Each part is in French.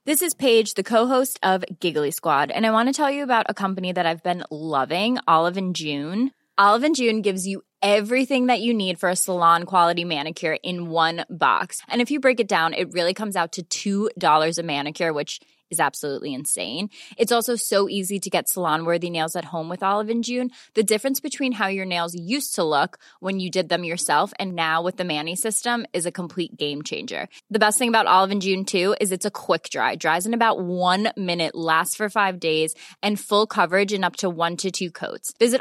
This is Paige, the co-host of Giggly Squad, and I want to tell you about a company that I've been loving, Olive & June. Olive & June gives you everything that you need for a salon-quality manicure in one box. And if you break it down, it really comes out to $2 a manicure, which is absolutely insane. It's also so easy to get salon-worthy nails at home with Olive & June. The difference between how your nails used to look when you did them yourself and now with the Mani system is a complete game changer. The best thing about Olive & June, too, is it's a quick dry. Dries in about 1 minute, lasts for 5 days, and full coverage in up to 1 to 2 coats. Visit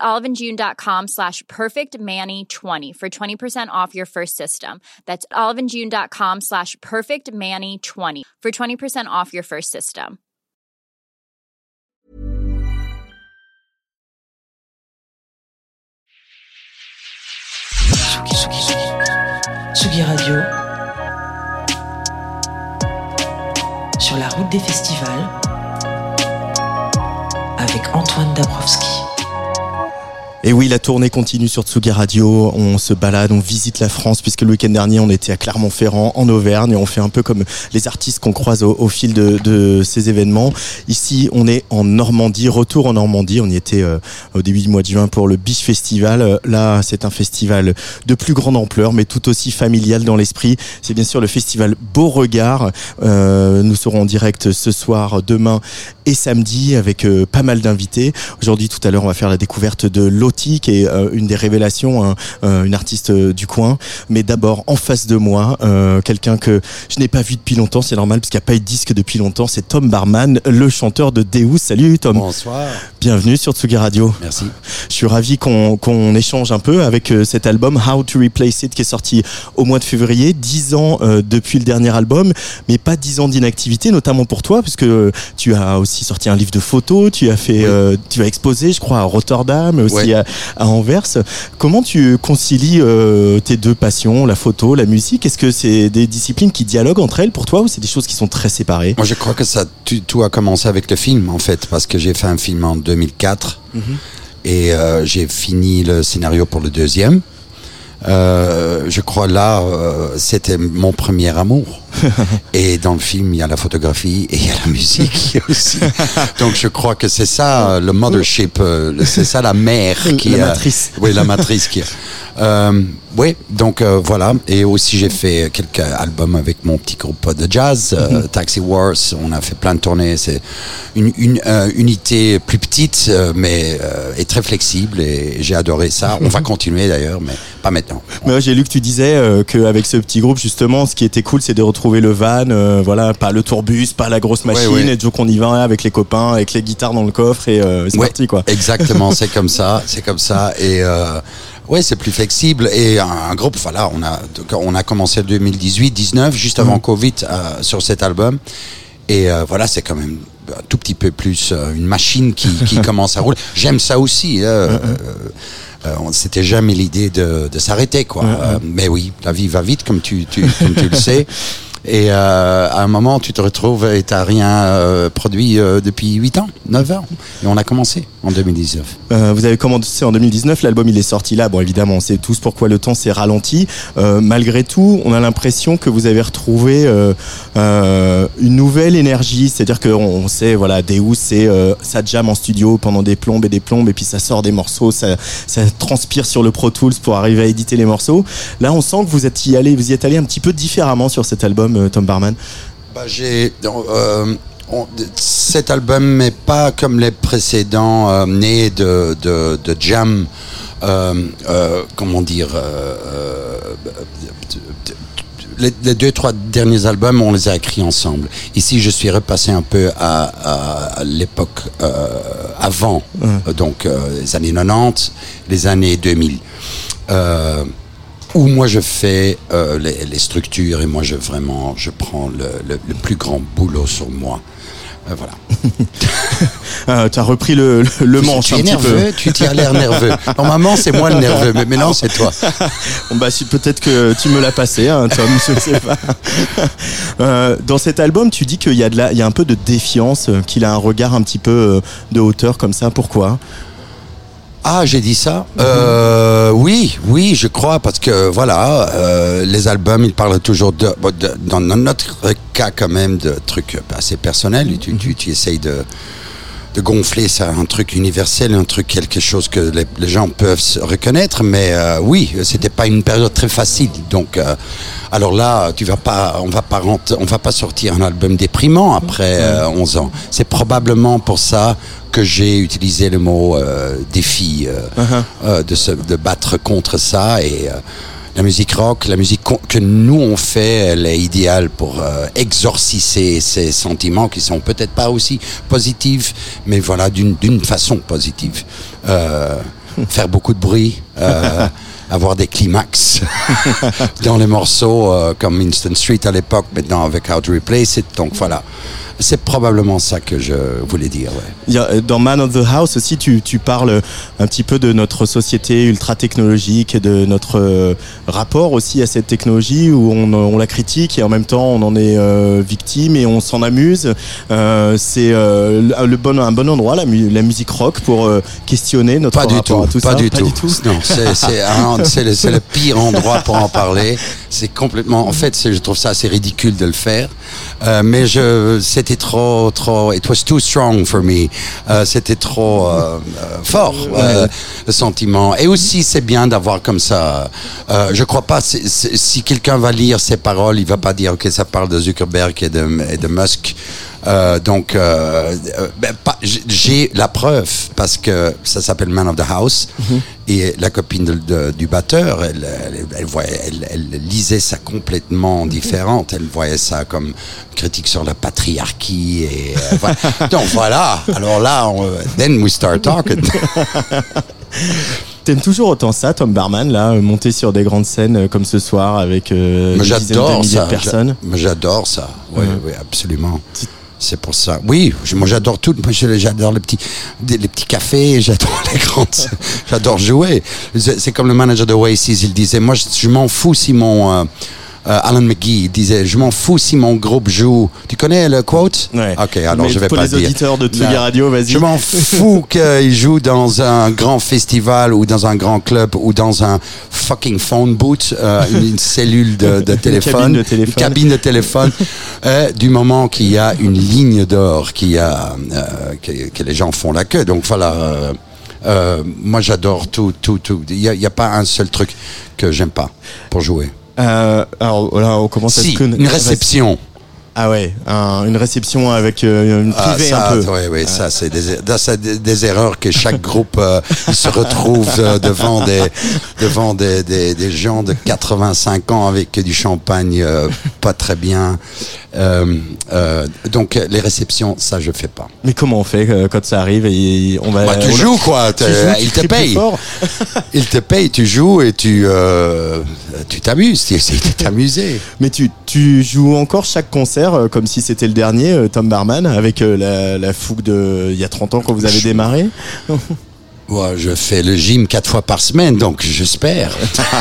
oliveandjune.com/perfectmani20 for 20% off your first system. That's oliveandjune.com/perfectmani20 for 20% off your first system. Tsugi Radio, sur la route des festivals, avec Antoine Dabrowski. Et oui, la tournée continue sur Tsugi Radio, on se balade, on visite la France, puisque le week-end dernier on était à Clermont-Ferrand, en Auvergne, et on fait un peu comme les artistes qu'on croise au fil de ces événements. Ici, on est en Normandie, retour en Normandie, on y était au début du mois de juin pour le Biche Festival. Là, c'est un festival de plus grande ampleur, mais tout aussi familial dans l'esprit. C'est bien sûr le festival Beauregard. Nous serons en direct ce soir, demain et samedi, avec pas mal d'invités. Aujourd'hui, tout à l'heure, on va faire la découverte de Loti, qui est une des révélations, une artiste du coin. Mais d'abord, en face de moi, quelqu'un que je n'ai pas vu depuis longtemps, c'est normal parce qu'il n'y a pas eu de disque depuis longtemps, c'est Tom Barman, le chanteur de Deus. Salut Tom. Bonsoir. Bienvenue sur Tsugi Radio. Merci. Je suis ravi qu'on échange un peu avec cet album How to Replace It qui est sorti au mois de février. 10 ans depuis le dernier album, mais pas 10 ans d'inactivité, notamment pour toi, puisque tu as aussi sorti un livre de photos, tu as fait, tu as exposé, je crois, à Rotterdam, mais aussi à Anvers. Comment tu concilies tes deux passions, la photo, la musique? Est-ce que c'est des disciplines qui dialoguent entre elles pour toi, ou c'est des choses qui sont très séparées? Moi, je crois que tout a commencé avec le film, en fait, parce que j'ai fait un film en 2004 et j'ai fini le scénario pour le deuxième. Je crois là, c'était mon premier amour. Et dans le film, il y a la photographie et il y a la musique aussi. Donc je crois que c'est ça le mothership, c'est ça la mère qui la matrice. Oui, la matrice qui. Oui, donc voilà. Et aussi j'ai fait quelques albums avec mon petit groupe de jazz, Taxi Wars. On a fait plein de tournées. C'est une unité plus petite, mais est très flexible et j'ai adoré ça. On va continuer d'ailleurs, mais pas maintenant. Mais j'ai lu que tu disais qu'avec ce petit groupe, justement, ce qui était cool, c'est de retrouver le van, voilà, pas le tourbus, pas la grosse machine, et donc on y va avec les copains, avec les guitares dans le coffre et c'est parti, quoi. Exactement, c'est comme ça et ouais, c'est plus flexible et un groupe, voilà, on a commencé en 2018-19, juste avant Covid, sur cet album et voilà, c'est quand même un tout petit peu plus une machine qui commence à rouler. J'aime ça aussi. C'était jamais l'idée de s'arrêter, quoi. Mais oui, la vie va vite, comme tu le sais. Et à un moment, tu te retrouves et t'as rien produit depuis 8 ans, 9 ans. Et on a commencé en 2019. Vous avez commencé en 2019, l'album il est sorti là. Bon, évidemment, on sait tous pourquoi le temps s'est ralenti. Malgré tout, on a l'impression que vous avez retrouvé une nouvelle énergie. C'est-à-dire qu'on sait, voilà, Deus, c'est ça jam en studio pendant des plombes, et puis ça sort des morceaux, ça transpire sur le Pro Tools pour arriver à éditer les morceaux. Là, on sent que vous y êtes allé un petit peu différemment sur cet album, Tom Barman. Cet album n'est pas comme les précédents, né de jam, comment dire, les 2-3 derniers albums, on les a écrits ensemble. Ici, je suis repassé un peu à l'époque avant, donc les années 90, les années 2000. Où moi je fais les structures et moi je prends le plus grand boulot sur moi. Voilà. Tu as repris le manche un petit nerveux, peu. Tu t'y as l'air nerveux. Normalement c'est moi le nerveux, mais maintenant c'est toi. Bon, peut-être que tu me l'as passé, hein, Tom, je sais pas. Dans cet album, tu dis qu'il y a un peu de défiance, qu'il a un regard un petit peu de hauteur comme ça. Pourquoi ? Ah, j'ai dit ça. Oui, je crois, parce que voilà, les albums, ils parlent toujours dans notre cas quand même de trucs assez personnels. Tu essayes de gonfler ça, un truc universel, un truc quelque chose que les gens peuvent se reconnaître. Mais oui, c'était pas une période très facile. Donc, alors là, on va pas sortir un album déprimant après 11 ans. C'est probablement pour ça que j'ai utilisé le mot défi, de battre contre ça. Et la musique rock, la musique que nous on fait, elle est idéale pour exorciser ces sentiments qui sont peut-être pas aussi positifs, mais voilà, d'une façon positive. Faire beaucoup de bruit, avoir des climax dans les morceaux comme Instant Street à l'époque, maintenant avec How to Replace It. Donc voilà. C'est probablement ça que je voulais dire. Ouais. Dans Man of the House aussi, tu parles un petit peu de notre société ultra technologique et de notre rapport aussi à cette technologie où on la critique et en même temps on en est victime et on s'en amuse. C'est un bon endroit, la musique rock, pour questionner notre rapport à tout ça. Pas du tout. Non, c'est le pire endroit pour en parler. C'est complètement. En fait, je trouve ça assez ridicule de le faire. Mais c'était trop. It was too strong for me. C'était trop fort, le sentiment. Et aussi, c'est bien d'avoir comme ça. Je crois pas. Si quelqu'un va lire ces paroles, il va pas dire que ça parle de Zuckerberg et de Musk. J'ai la preuve parce que ça s'appelle Man of the House et la copine du batteur, elle lisait ça complètement différente. Elle voyait ça comme critique sur la patriarchie et voilà. Donc voilà. Alors là, then we start talking. T'aimes toujours autant ça, Tom Barman, là, monter sur des grandes scènes comme ce soir avec des dizaines de milliers de personnes? J'adore ça. Oui, absolument. C'est pour ça. Oui, moi j'adore tout. Moi j'adore les petits cafés, j'adore les grandes. J'adore jouer. C'est comme le manager de Oasis, il disait, moi je m'en fous si mon Alan McGee disait, je m'en fous si mon groupe joue. Tu connais le quote? Ouais. Ok, alors mais je vais pas le dire. Pour les auditeurs de Tsugi Radio, vas-y. Je m'en fous qu'ils jouent dans un grand festival ou dans un grand club ou dans un fucking phone booth, une cellule de téléphone, une cabine de téléphone. Du moment qu'il y a une ligne d'or, que les gens font la queue. Donc voilà. Moi j'adore tout. Il y a pas un seul truc que j'aime pas pour jouer. Alors là, on commence à se connaître. Une réception. Ah ouais, une réception avec une privée un peu. Oui, ça c'est des erreurs que chaque groupe se retrouve devant des gens de 85 ans avec du champagne pas très bien. Donc les réceptions, ça je fais pas. Mais comment on fait quand ça arrive et on va? Tu joues quoi? Il te paye. Il te paye, tu joues et tu t'amuses. Tu essaies de t'amuser. Mais tu joues encore chaque concert comme si c'était le dernier, Tom Barman, avec la fougue de il y a 30 ans quand vous avez démarré? Ouais, je fais le gym 4 fois par semaine, donc j'espère.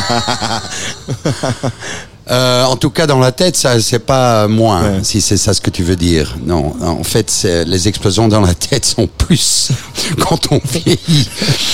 En tout cas, dans la tête, ça, c'est pas moins, si c'est ça ce que tu veux dire. Non, en fait, les explosions dans la tête sont plus quand on vieillit.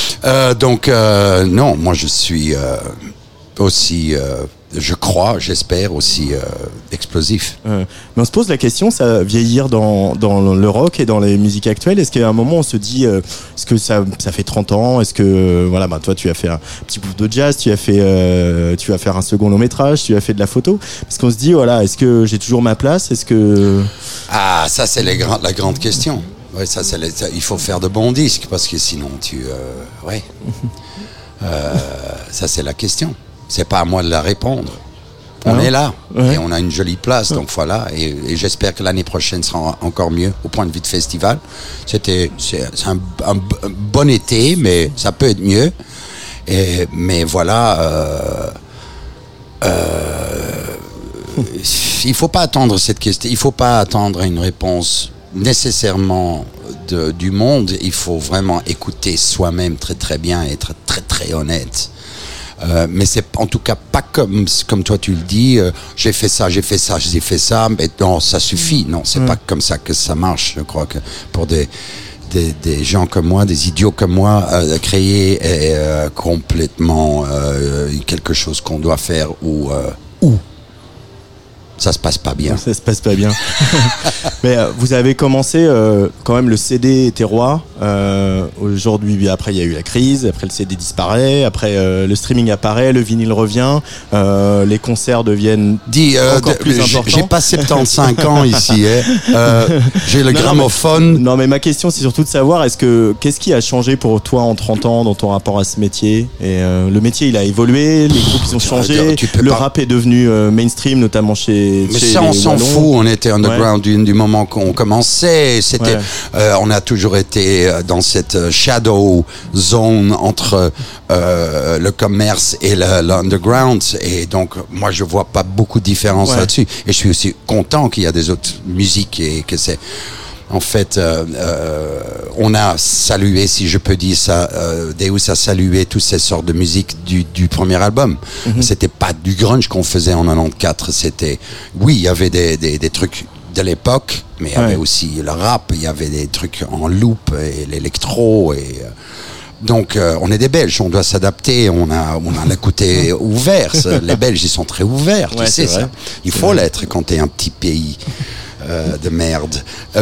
Non, moi je suis aussi, j'espère aussi explosif. Mais on se pose la question, ça vieillir dans le rock et dans les musiques actuelles, est-ce qu'à un moment on se dit, est-ce que ça fait 30 ans, est-ce que, voilà, bah, toi tu as fait un petit bout de jazz, tu vas faire un second long métrage, tu as fait de la photo, parce qu'on se dit, voilà, est-ce que j'ai toujours ma place, est-ce que... Ah, ça c'est la grande question. Ouais, il faut faire de bons disques, parce que sinon ça c'est la question. C'est pas à moi de la répondre. On est là et on a une jolie place, donc voilà. Et j'espère que l'année prochaine sera encore mieux au point de vue de festival. C'est un bon été, mais ça peut être mieux. Mais voilà, il faut pas attendre cette question. Il faut pas attendre une réponse nécessairement du monde. Il faut vraiment écouter soi-même très très bien et être très très honnête. Mais c'est en tout cas pas comme toi tu le dis, j'ai fait ça, mais non, ça suffit. Non, c'est pas comme ça que ça marche. Je crois que pour des des gens comme moi, des idiots comme moi, créer complètement quelque chose qu'on doit faire ou ça se passe pas bien. Ça se passe pas bien. Mais vous avez commencé quand même, le CD était roi. Aujourd'hui, après il y a eu la crise, après le CD disparaît, après le streaming apparaît, le vinyle revient, les concerts deviennent encore plus importants. J'ai pas 75 ans ici. J'ai le gramophone. Non, mais ma question c'est surtout de savoir qu'est-ce qui a changé pour toi en 30 ans dans ton rapport à ce métier. Et le métier il a évolué, les groupes ils ont changé, le rap est devenu mainstream, notamment chez mais ça, on s'en fout. On était underground du moment qu'on commençait. C'était, on a toujours été dans cette shadow zone entre le commerce et l'underground. Et donc, moi, je vois pas beaucoup de différence là-dessus. Et je suis aussi content qu'il y a des autres musiques et que c'est. En fait, on a salué, si je peux dire ça, Deus a salué toutes ces sortes de musique du premier album. C'était pas du grunge qu'on faisait en 94, c'était, oui, il y avait des trucs de l'époque, mais il y avait aussi le rap, il y avait des trucs en loop et l'électro et donc on est des Belges, on doit s'adapter, on a le côté ouvert. Les Belges ils sont très ouverts, tu sais ça. Il faut l'être quand t'es un petit pays. De merde. Je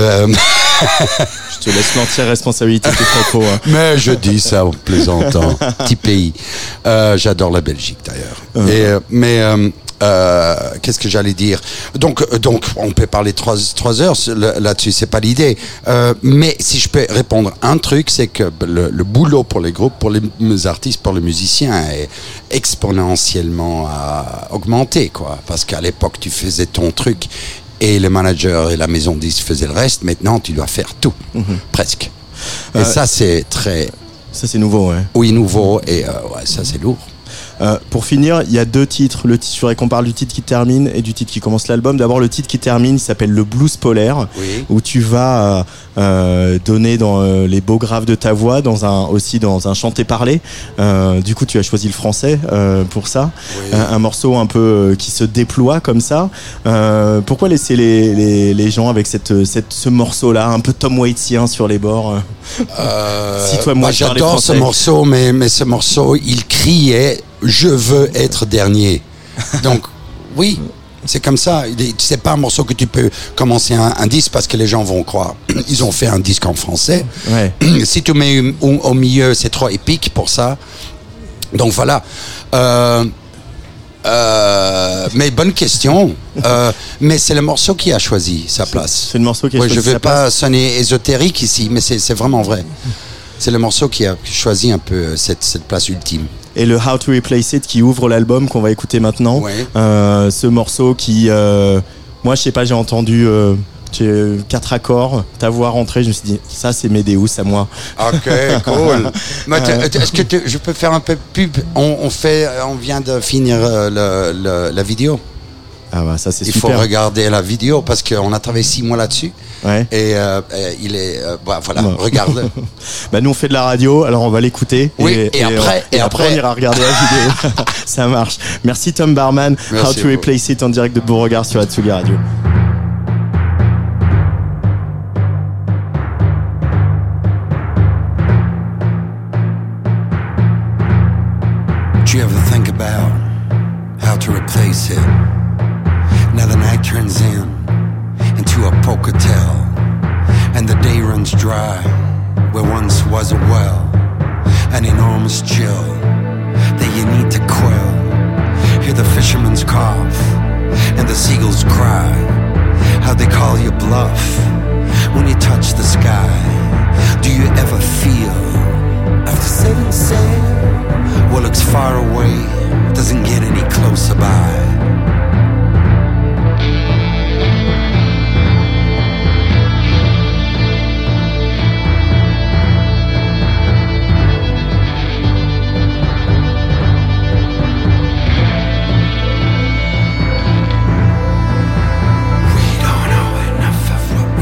te laisse l'entière responsabilité de tes propos. Hein. Mais je dis ça en plaisantant. Petit pays. J'adore la Belgique d'ailleurs. Qu'est-ce que j'allais dire? Donc, on peut parler 3 heures là-dessus, c'est pas l'idée. Mais si je peux répondre un truc, c'est que le boulot pour les groupes, pour les artistes, pour les musiciens est exponentiellement augmenté, quoi. Parce qu'à l'époque, tu faisais ton truc. Et le manager et la maison de disques faisaient le reste. Maintenant, tu dois faire tout, presque. Et ça, c'est très... Ça, c'est nouveau, ouais. Oui, nouveau. Et ça, c'est lourd. Pour finir, il y a 2 titres. Je voudrais qu'on parle du titre qui termine et du titre qui commence l'album. D'abord, le titre qui termine, il s'appelle Le Blues Polaire, où tu vas donner dans les beaux graves de ta voix, aussi dans un chanté-parlé. Du coup, tu as choisi le français pour ça. Un morceau un peu qui se déploie comme ça. Pourquoi laisser les gens avec ce morceau-là, un peu Tom Waitsien sur les bords Si toi, moi, j'adore ce morceau, mais ce morceau, il criait « Je veux être dernier ». Donc, oui, c'est comme ça. C'est pas un morceau que tu peux commencer un disque parce que les gens vont croire. Ils ont fait un disque en français. Ouais. Si tu mets au milieu, c'est trop épique pour ça. Donc voilà. Mais bonne question. Mais c'est le morceau qui a choisi sa place. C'est le morceau qui a choisi sa place. Je ne vais pas sonner ésotérique ici, mais c'est vraiment vrai. C'est le morceau qui a choisi un peu cette place ultime. Et le How to Replace It qui ouvre l'album qu'on va écouter maintenant. Ce morceau qui, moi je sais pas, j'ai entendu 4 accords, ta voix rentrer, je me suis dit ça c'est Medeusz à moi. Ok, cool. Est-ce que je peux faire un peu de pub? On vient de finir la vidéo. Ah bah ça c'est Il super. faut regarder la vidéo parce qu'on a travaillé 6 mois là-dessus. Ouais. Et il est voilà, regarde. Bah nous on fait de la radio, alors on va l'écouter. Oui. Et après on ira regarder la vidéo. Ça marche. Merci Tom Barman. Merci How to Replace It en direct de Beauregard sur la Tsugi Radio. Do you ever think about how to replace it? Now the night turns into a poker tell, and the day runs dry where once was a well, an enormous chill that you need to quell. Hear the fisherman's cough and the seagulls cry, how they call you bluff when you touch the sky. Do you ever feel after setting sail what looks far away doesn't get any closer by? We don't know enough of what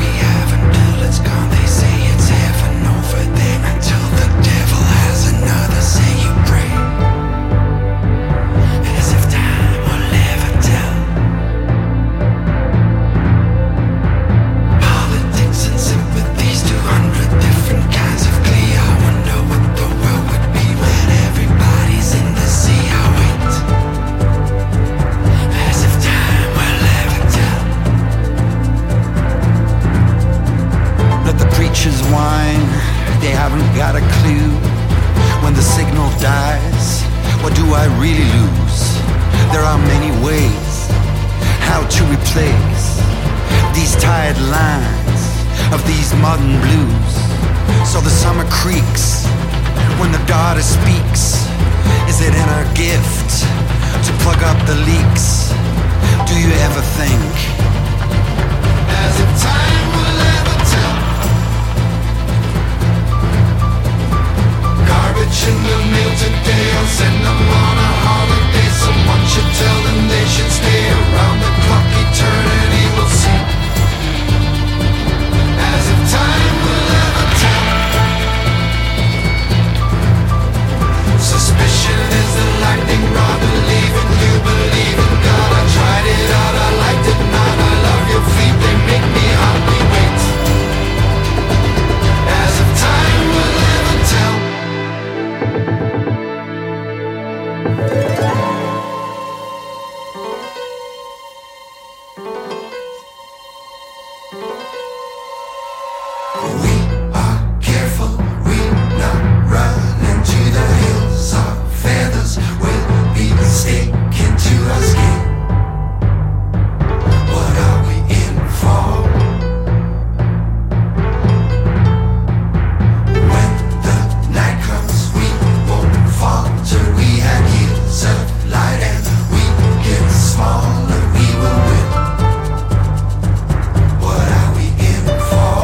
Russia's wine, they haven't got a clue. When the signal dies, what do I really lose? There are many ways how to replace these tired lines of these modern blues. So the summer creaks when the daughter speaks. Is it in her gift to plug up the leaks? Do you ever think as if time will ever tell? Garbage in the mail today, I'll send them on a holiday. Someone should tell them they should stay around the clock. Eternity will see as if time will ever tell. Suspicion is the lightning rod. Believe in you, believe in God. I tried it out, I liked it not. I love your feet, they make me hardly wait. As if time will ever tell. We are careful, we not run into the hills. Our feathers will be sticking to our skin. What are we in for? When the night comes, we won't falter. We had years of light and we get smaller, we will win. What are we in for?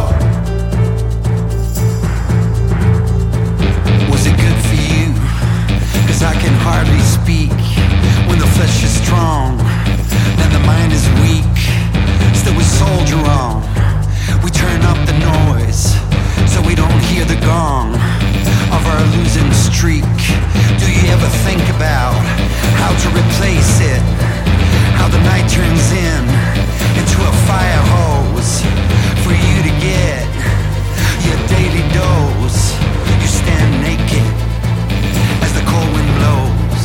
Was it good for you? 'Cause I can hardly speak. When the flesh is strong and the mind is weak, still we soldier on. We turn up the noise so we don't hear the gong of our losing streak. Do you ever think about how to replace it? How the night turns into a fire hose for you to get your daily dose. You stand naked as the cold wind blows.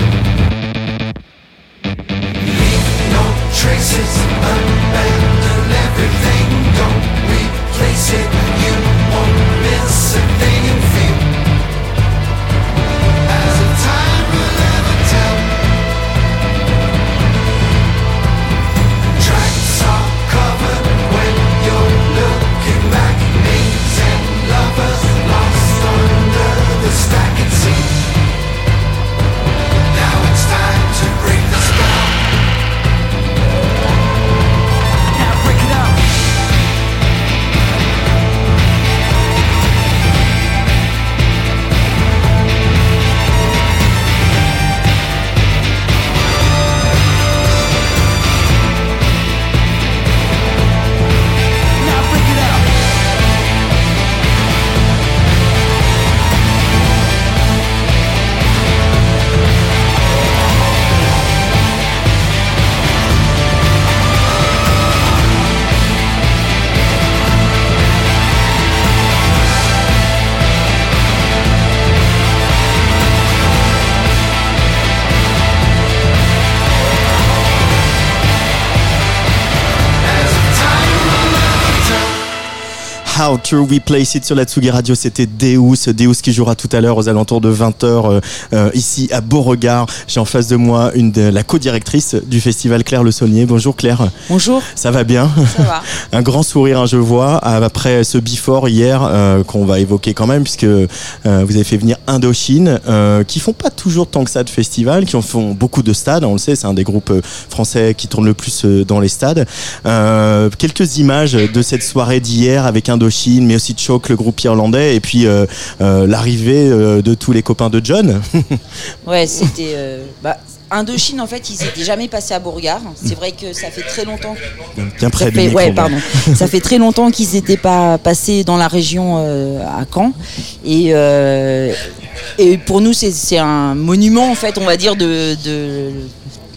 Leave no traces, abandon everything, don't replace it. You won't miss a thing and feel as if time will ever tell. Tracks are covered when you're looking back. Names and lovers lost under the stack, it seems. Now it's time to break the spell. Now break it up. Now break it up. How to Replace It sur la Tsugi Radio, c'était Deus qui jouera tout à l'heure aux alentours de 20h ici à Beauregard. J'ai en face de moi la co-directrice du festival, Claire Le Saulnier. Bonjour Claire. Bonjour. Ça va bien? Ça va. Un grand sourire, hein, je vois, après ce before hier qu'on va évoquer quand même, puisque vous avez fait venir Indochine, qui font pas toujours tant que ça de festival, qui en font beaucoup de stades, on le sait, c'est un des groupes français qui tourne le plus dans les stades. Quelques images de cette soirée d'hier avec Indochine, mais aussi Choke, le groupe irlandais, et puis l'arrivée de tous les copains de John. Ouais, c'était... Indochine, en fait, ils s'étaient jamais passés à Beauregard. C'est vrai que ça fait très longtemps. Bien près du micro. Ouais, pardon. Ça fait très longtemps qu'ils n'étaient pas passés dans la région à Caen. Et pour nous, c'est un monument, en fait, on va dire,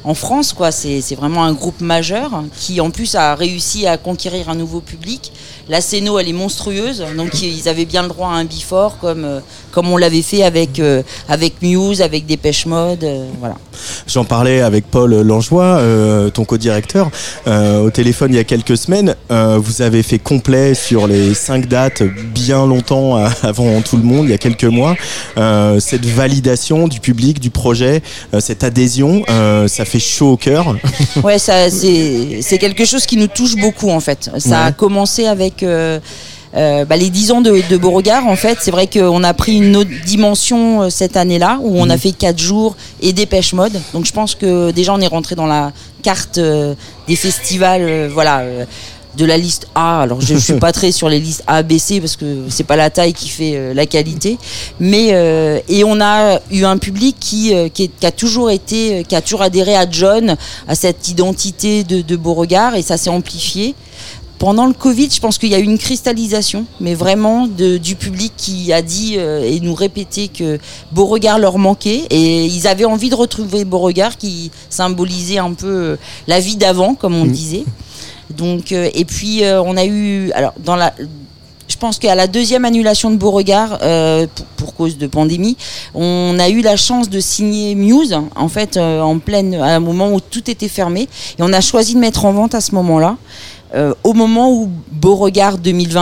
en France, quoi. C'est vraiment un groupe majeur qui en plus a réussi à conquérir un nouveau public. La scéno, elle est monstrueuse, donc ils avaient bien le droit à un before comme on l'avait fait avec Muse, avec Dépêche Mode, voilà. J'en parlais avec Paul Langeois, ton co-directeur, au téléphone il y a quelques semaines. Vous avez fait complet sur les 5 dates bien longtemps avant tout le monde, il y a quelques mois. Cette validation du public, du projet, cette adhésion, ça fait chaud au cœur. Ouais, ça, c'est quelque chose qui nous touche beaucoup en fait. Ça a commencé avec les 10 ans de Beauregard. En fait, c'est vrai qu'on a pris une autre dimension cette année-là où on a fait 4 jours et Dépêche Mode. Donc je pense que déjà on est rentré dans la carte des festivals, de la liste A. Alors je suis pas très sur les listes A, B, C parce que c'est pas la taille qui fait la qualité, mais et on a eu un public qui a toujours adhéré à John, à cette identité de Beauregard, et ça s'est amplifié. Pendant le Covid, je pense qu'il y a eu une cristallisation, mais vraiment du public qui a dit et nous répétait que Beauregard leur manquait et ils avaient envie de retrouver Beauregard qui symbolisait un peu la vie d'avant, comme on disait. Donc, et puis on a eu, alors je pense qu'à la 2e annulation de Beauregard, pour cause de pandémie, on a eu la chance de signer Muse, en fait, à un moment où tout était fermé, et on a choisi de mettre en vente à ce moment-là. Au moment où Beauregard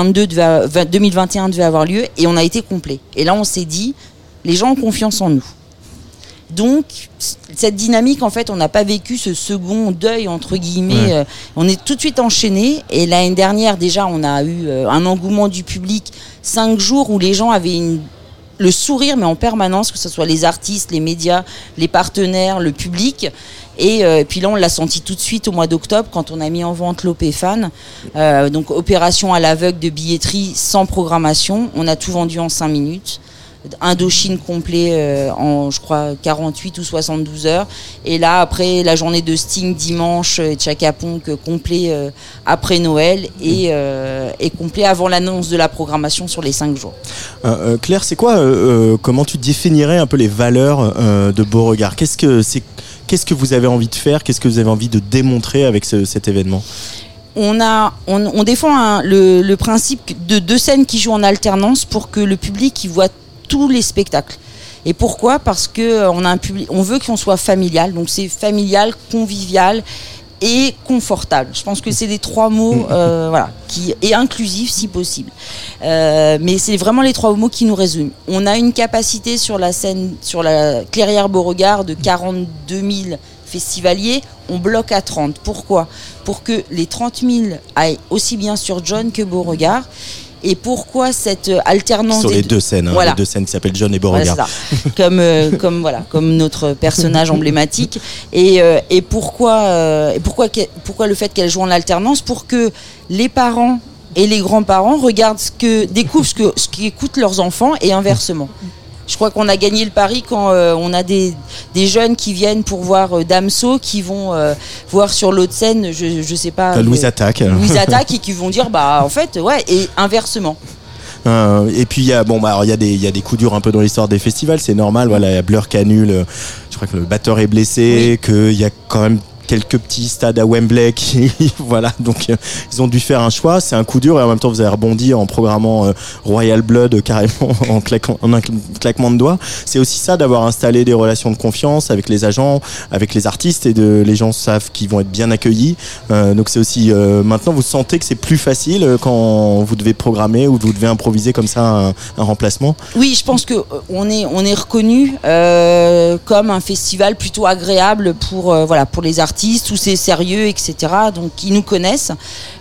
2021 devait avoir lieu, et on a été complet. Et là, on s'est dit, les gens ont confiance en nous. Donc, cette dynamique, en fait, on n'a pas vécu ce second deuil, entre guillemets. On est tout de suite enchaîné. Et l'année dernière, déjà, on a eu un engouement du public, 5 jours où les gens avaient le sourire, mais en permanence, que ce soit les artistes, les médias, les partenaires, le public. Et puis là, on l'a senti tout de suite au mois d'octobre quand on a mis en vente l'OP Fan. Donc, opération à l'aveugle de billetterie sans programmation. On a tout vendu en 5 minutes. Indochine complet en, je crois, 48 ou 72 heures. Et là, après la journée de Sting dimanche, Chaka Ponk complet après Noël et complet avant l'annonce de la programmation sur les 5 jours. Claire, c'est quoi, comment tu définirais un peu les valeurs de Beauregard ? Qu'est-ce que vous avez envie de faire ? Qu'est-ce que vous avez envie de démontrer avec cet événement ? On défend le principe de 2 scènes qui jouent en alternance pour que le public y voit tous les spectacles. Et pourquoi ? Parce que on veut qu'on soit familial, donc c'est familial, convivial et confortable. Je pense que c'est les 3 mots, et inclusif si possible. Mais c'est vraiment les 3 mots qui nous résument. On a une capacité sur la scène, sur la Clairière Beauregard de 42 000 festivaliers, on bloque à 30. Pourquoi ? Pour que les 30 000 aillent aussi bien sur John que Beauregard. Et pourquoi cette alternance sur les 2 scènes, les 2 scènes qui s'appellent John et Beauregard, comme notre personnage emblématique. Et pourquoi le fait qu'elles jouent en alternance ? Pour que les parents et les grands-parents découvrent ce qu'écoutent leurs enfants et inversement. Je crois qu'on a gagné le pari quand on a des jeunes qui viennent pour voir Damso, qui vont voir sur l'autre scène, je sais pas, Louise Attaque et qui vont dire en fait et inversement. Et puis il y a des coups durs un peu dans l'histoire des festivals, c'est normal. Voilà, il y a Blur qui annule. Je crois que le batteur est blessé, qu'il y a quand même quelques petits stades à Wembley voilà, donc ils ont dû faire un choix. C'est un coup dur et en même temps vous avez rebondi en programmant Royal Blood carrément en un claquement de doigts. C'est aussi ça, d'avoir installé des relations de confiance avec les agents, avec les artistes, et les gens savent qu'ils vont être bien accueillis. Donc c'est aussi maintenant vous sentez que c'est plus facile quand vous devez programmer ou vous devez improviser comme ça un remplacement. Oui, je pense que on est reconnu comme un festival plutôt agréable pour les artistes, où c'est sérieux, etc. Donc ils nous connaissent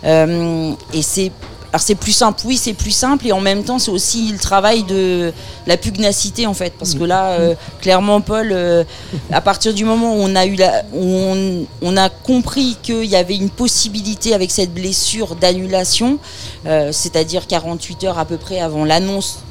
et c'est plus simple. Oui, c'est plus simple, et en même temps c'est aussi le travail de la pugnacité en fait, parce que là clairement Paul, à partir du moment où on a compris qu'il y avait une possibilité avec cette blessure d'annulation, c'est-à-dire 48 heures à peu près avant l'annonce,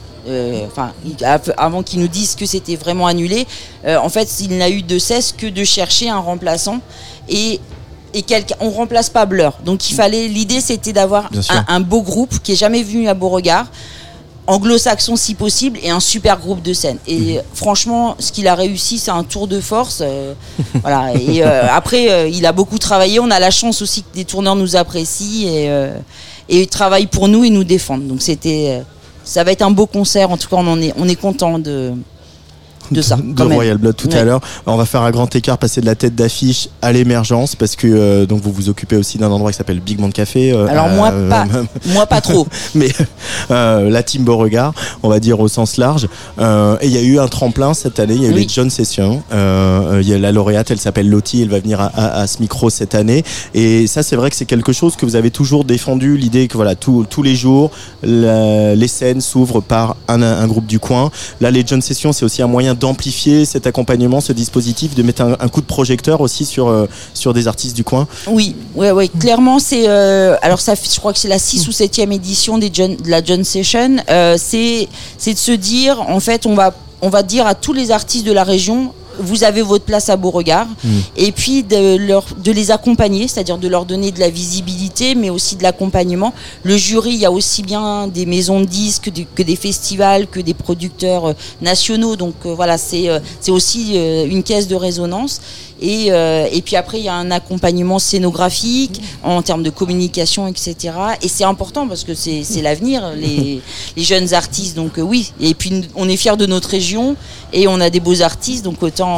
avant qu'ils nous disent que c'était vraiment annulé, en fait il n'a eu de cesse que de chercher un remplaçant, et on remplace pas Blur, donc l'idée c'était d'avoir un beau groupe qui est jamais venu à Beauregard, anglo-saxon si possible et un super groupe de scène. Et franchement, ce qu'il a réussi, c'est un tour de force. Voilà. Et après, il a beaucoup travaillé. On a la chance aussi que des tourneurs nous apprécient et travaillent pour nous et nous défendent. Donc ça va être un beau concert. En tout cas, on est content de ça. De Royal Blood tout à l'heure. On va faire un grand écart, passer de la tête d'affiche à l'émergence, parce que donc vous vous occupez aussi d'un endroit qui s'appelle Big Band Café. Alors moi pas trop. Mais la team Beauregard, on va dire au sens large. Et il y a eu un tremplin cette année. Il y a eu les John Sessions. Il y a la lauréate, elle s'appelle Lottie. Elle va venir à ce micro cette année. Et ça, c'est vrai que c'est quelque chose que vous avez toujours défendu, l'idée que voilà, tous les jours, les scènes s'ouvrent par un groupe du coin. Là, les John Sessions, c'est aussi un moyen d'amplifier cet accompagnement, ce dispositif, de mettre un coup de projecteur aussi sur des artistes du coin. Oui, clairement, c'est alors ça, je crois que c'est la 6 ou 7e édition de la John Session. C'est de se dire, en fait, on va dire à tous les artistes de la région, vous avez votre place à Beauregard, et puis de les accompagner, c'est-à-dire de leur donner de la visibilité, mais aussi de l'accompagnement. Le jury, il y a aussi bien des maisons de disques que des festivals, que des producteurs nationaux, donc voilà, c'est aussi une caisse de résonance. Et puis après, il y a un accompagnement scénographique en termes de communication, etc. Et c'est important parce que c'est l'avenir, les jeunes artistes. Donc oui, et puis on est fiers de notre région et on a des beaux artistes, donc autant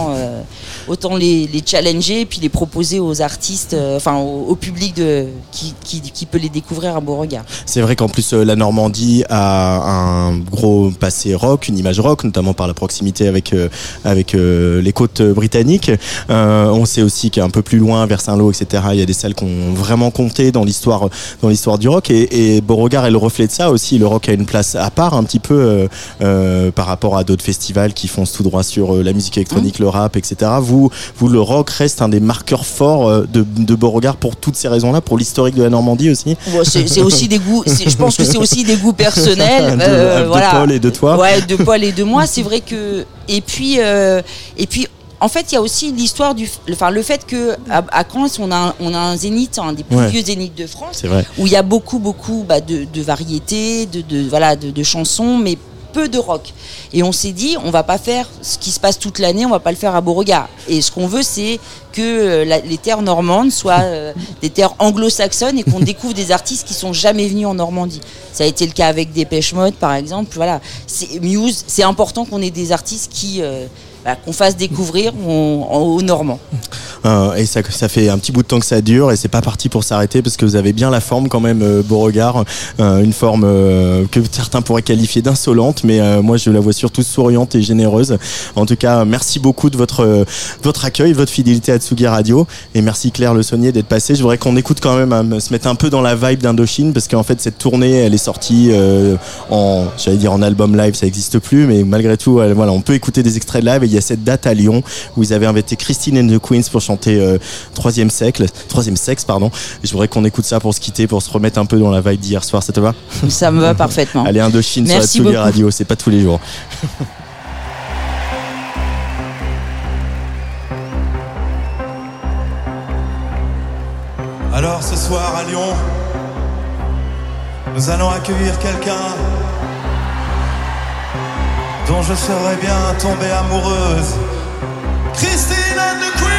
les challenger et puis les proposer aux artistes, au public qui peut les découvrir à Beauregard. C'est vrai qu'en plus la Normandie a un gros passé rock, une image rock, notamment par la proximité avec les côtes britanniques. On sait aussi qu'un peu plus loin, vers Saint-Lô, etc., il y a des salles qui ont vraiment compté dans l'histoire du rock. Et Beauregard est le reflet de ça aussi. Le rock a une place à part un petit peu par rapport à d'autres festivals qui foncent tout droit sur la musique électronique, le rap, etc. Vous, le rock reste un des marqueurs forts de Beauregard pour toutes ces raisons-là, pour l'historique de la Normandie aussi. Bon, c'est aussi des goûts. Je pense que c'est aussi des goûts personnels. De Paul et de toi. Ouais, de Paul et de moi. C'est vrai que et puis. En fait, il y a aussi l'histoire le fait que à Caen, on a un zénith, un des plus vieux zéniths de France, où il y a beaucoup de variétés, de chansons, mais peu de rock. Et on s'est dit, on va pas faire ce qui se passe toute l'année, on va pas le faire à Beauregard. Et ce qu'on veut, c'est que les terres normandes soient des terres anglo-saxonnes et qu'on découvre des artistes qui sont jamais venus en Normandie. Ça a été le cas avec Dépêche Mode, par exemple. Voilà, Muse. C'est important qu'on ait des artistes qu'on fasse découvrir aux Normands. Et ça fait un petit bout de temps que ça dure et c'est pas parti pour s'arrêter parce que vous avez bien la forme quand même, Beauregard, une forme que certains pourraient qualifier d'insolente, mais moi je la vois surtout souriante et généreuse. En tout cas, merci beaucoup de votre accueil, de votre fidélité à Tsugi Radio, et merci Claire Le Saunier d'être passée. Je voudrais qu'on écoute quand même, se mettre un peu dans la vibe d'Indochine, parce qu'en fait cette tournée elle est sortie en album live, ça n'existe plus, mais malgré tout voilà, on peut écouter des extraits de live. Et il y a cette date à Lyon où ils avaient invité Christine and the Queens pour chanter Troisième sexe. Et je voudrais qu'on écoute ça pour se quitter, pour se remettre un peu dans la vibe d'hier soir. Ça te va ? Ça me va parfaitement. Allez, Indochine sur la Tsugi Radio, c'est pas tous les jours. Alors ce soir à Lyon, nous allons accueillir quelqu'un dont je serais bien tombée amoureuse. Christine and the Queen.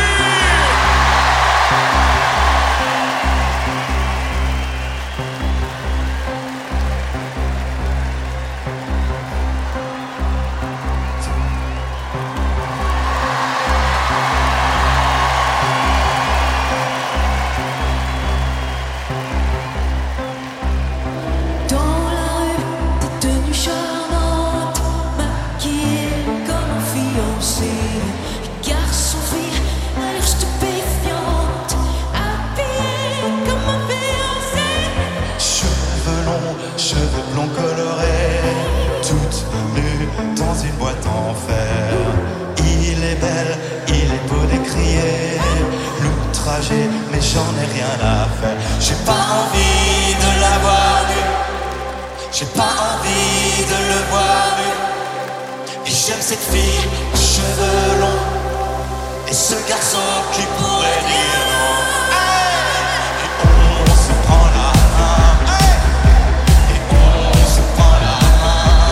Mais j'en ai rien à faire. J'ai pas envie de l'avoir vu. J'ai pas envie de le voir vu. Et j'aime cette fille aux cheveux longs et ce garçon qui pourrait dire non. Hey, et on se prend la main. Hey, et on se prend la main.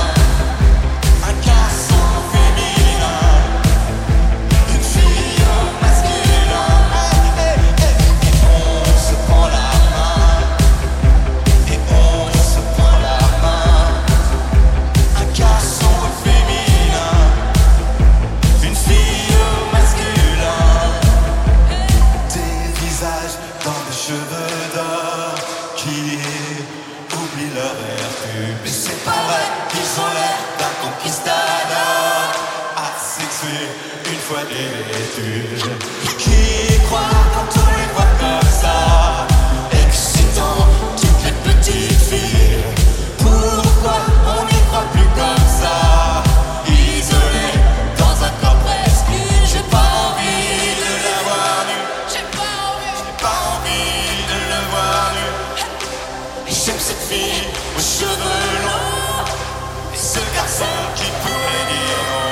Mais c'est pas vrai qu'ils ont l'air d'un conquistador asexué une fois dévêtu. Qui croit quand on les voit comme ça, excitant toutes les petites filles? Pourquoi on n'y croit plus comme ça, isolé dans un corps presque nu? J'ai pas envie de la voir nue. J'ai pas envie de le voir nu. Et j'aime cette fille aux cheveux longs et ce garçon qui pourrait dire non.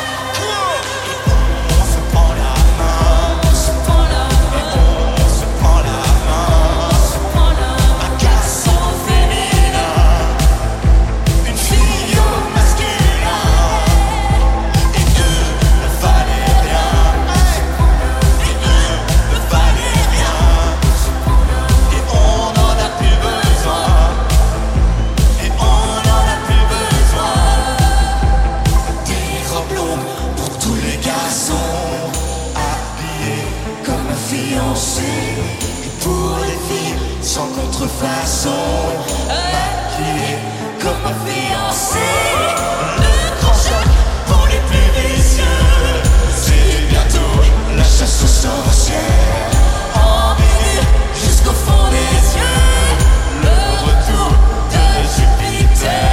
On se prend la main, on se prend la main, et on se prend la main, on se prend la main. Un garçon féminin, une fille au masculin, et eux ne valaient rien, et eux ne valaient rien, et on n'en a plus besoin, et on n'en a plus besoin. Des robes longues pour tous les garçons, habillés comme fiancés, et pour les filles sans contrefaçon, maquillés comme fiancés. Le grand choc pour les plus vicieux, c'est bientôt la chasse aux sorcières. Envié jusqu'au fond des yeux, le retour de Jupiter.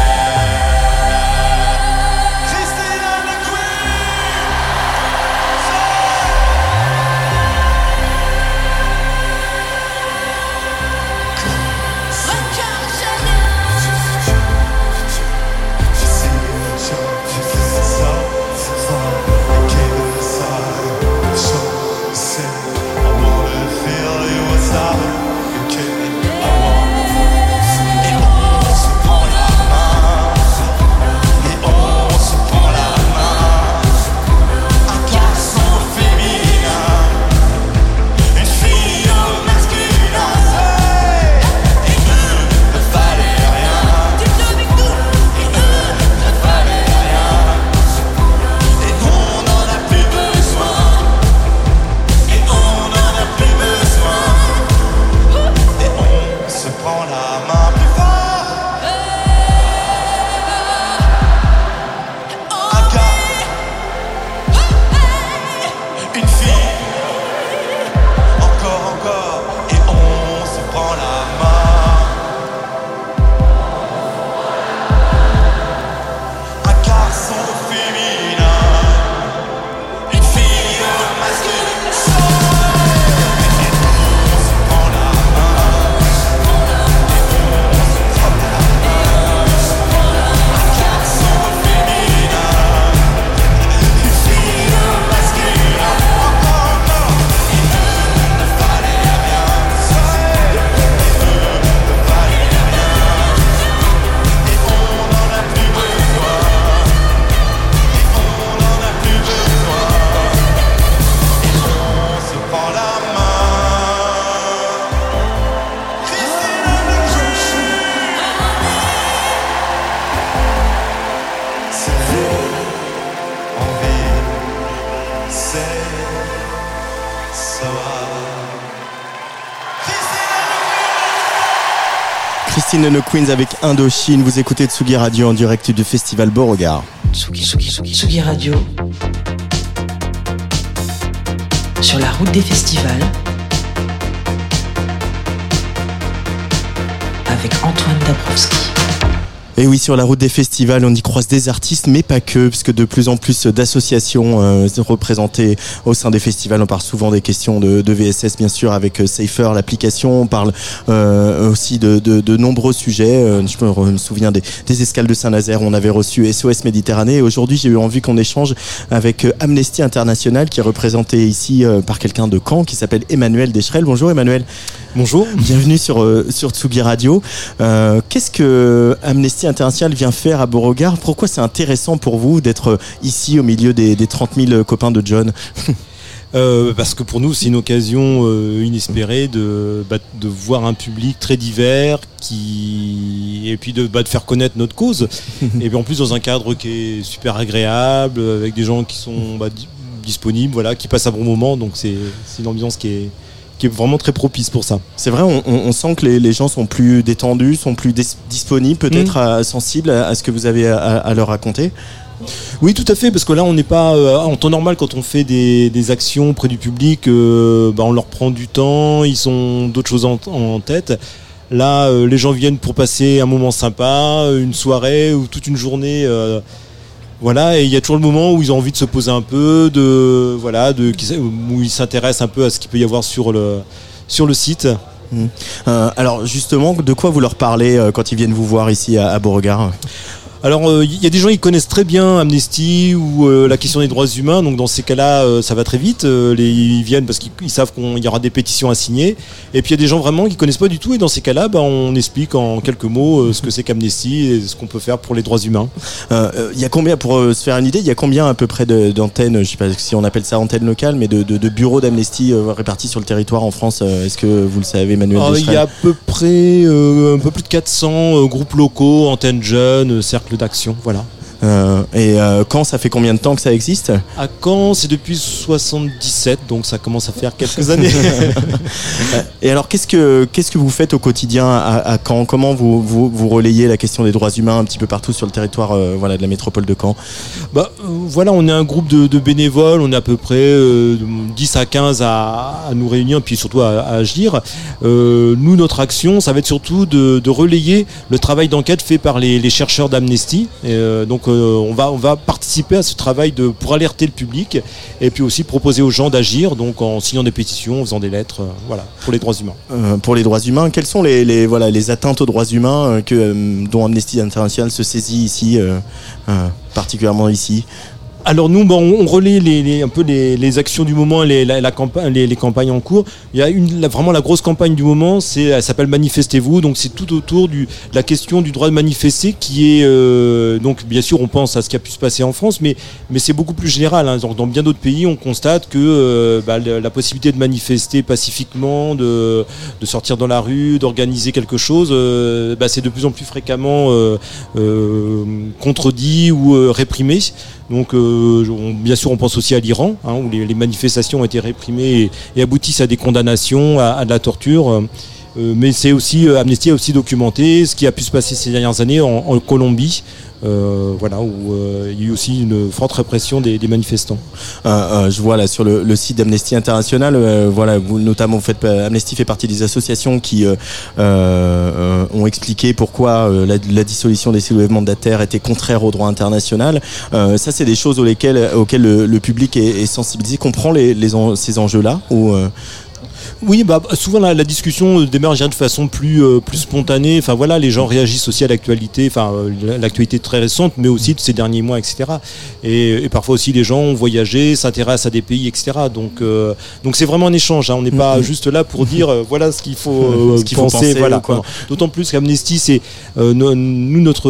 Christina McQueen. Christine and the Queens avec Indochine. Vous écoutez Tsugi Radio en direct du festival Beauregard. Tsugi Radio. Sur la route des festivals. Avec Antoine Dabrowski. Et oui, sur la route des festivals, on y croise des artistes, mais pas que, puisque de plus en plus d'associations représentées au sein des festivals. On parle souvent des questions de VSS, bien sûr, avec Safer, l'application. On parle aussi de nombreux sujets. Je me souviens des escales de Saint-Nazaire où on avait reçu SOS Méditerranée. Et aujourd'hui, j'ai eu envie qu'on échange avec Amnesty International, qui est représenté ici par quelqu'un de Caen, qui s'appelle Emmanuel Deschrel. Bonjour Emmanuel. Bonjour. Bienvenue sur Tsugi Radio. Qu'est-ce que Amnesty International vient faire à Beauregard? Pourquoi c'est intéressant pour vous d'être ici au milieu des 30 000 copains de John? Parce que pour nous c'est une occasion inespérée de voir un public très divers et puis de faire connaître notre cause et puis en plus dans un cadre qui est super agréable avec des gens qui sont disponibles, voilà, qui passent un bon moment, donc c'est une ambiance qui qui est vraiment très propice pour ça. C'est vrai, on sent que les gens sont plus détendus, sont plus disponibles, peut-être sensibles à ce que vous avez à leur raconter. Oui, tout à fait, parce que là, on n'est pas en temps normal quand on fait des actions auprès du public. On leur prend du temps, ils ont d'autres choses en tête. Là, les gens viennent pour passer un moment sympa, une soirée ou toute une journée. Voilà, et il y a toujours le moment où ils ont envie de se poser un peu, où ils s'intéressent un peu à ce qu'il peut y avoir sur le site. Alors justement, de quoi vous leur parlez quand ils viennent vous voir ici à Beauregard ? Alors, il y a des gens qui connaissent très bien Amnesty ou la question des droits humains, donc dans ces cas-là, ça va très vite. Ils viennent parce qu'ils savent qu'il y aura des pétitions à signer. Et puis il y a des gens vraiment qui connaissent pas du tout, et dans ces cas-là, on explique en quelques mots ce que c'est qu'Amnesty et ce qu'on peut faire pour les droits humains. Il y a combien, pour se faire une idée, il y a combien à peu près d'antennes, je sais pas si on appelle ça antenne locale, mais de bureaux d'Amnesty répartis sur le territoire en France? Est-ce que vous le savez, Emmanuel Deschrel? Il y a à peu près un peu plus de 400 groupes locaux, antennes jeunes, cercles d'action, voilà. Caen, ça fait combien de temps que ça existe? À Caen, c'est depuis 77, donc ça commence à faire quelques années. Et alors, qu'est-ce que vous faites au quotidien à Caen? Comment vous relayez la question des droits humains un petit peu partout sur le territoire de la métropole de Caen? On est un groupe de bénévoles, on est à peu près 10 à 15 à nous réunir, et puis surtout à agir. Nous, notre action, ça va être surtout de relayer le travail d'enquête fait par les chercheurs d'Amnesty. Donc on va participer à ce travail pour alerter le public, et puis aussi proposer aux gens d'agir, donc en signant des pétitions, en faisant des lettres, pour les droits humains. Pour les droits humains, quelles sont les atteintes aux droits humains dont Amnesty International se saisit ici, particulièrement ici? Alors nous, on relaie les actions du moment, les campagnes en cours. Il y a vraiment la grosse campagne du moment, elle s'appelle Manifestez-vous, donc c'est tout autour de la question du droit de manifester, qui est donc bien sûr on pense à ce qui a pu se passer en France, mais c'est beaucoup plus général. Dans bien d'autres pays, on constate que la possibilité de manifester pacifiquement, de sortir dans la rue, d'organiser quelque chose, c'est de plus en plus fréquemment contredit ou réprimé. Donc bien sûr on pense aussi à l'Iran, où les manifestations ont été réprimées et aboutissent à des condamnations, à de la torture. Mais c'est aussi Amnesty a aussi documenté ce qui a pu se passer ces dernières années en Colombie, où il y a eu aussi une forte répression des manifestants. Je vois là sur le site d'Amnesty International, vous notamment Amnesty fait partie des associations qui ont expliqué pourquoi la dissolution des soulèvements de la terre était contraire au droit international. Ça, c'est des choses auxquelles le public est sensibilisé, comprend ces enjeux-là ou Oui, souvent la discussion démarre de façon plus spontanée. Enfin voilà, les gens réagissent aussi à l'actualité, l'actualité très récente, mais aussi de ces derniers mois, etc. Et parfois aussi les gens ont voyagé, s'intéressent à des pays, etc. Donc c'est vraiment un échange. On n'est pas juste là pour dire voilà ce qu'il faut penser. Voilà. D'autant plus qu'Amnesty, c'est notre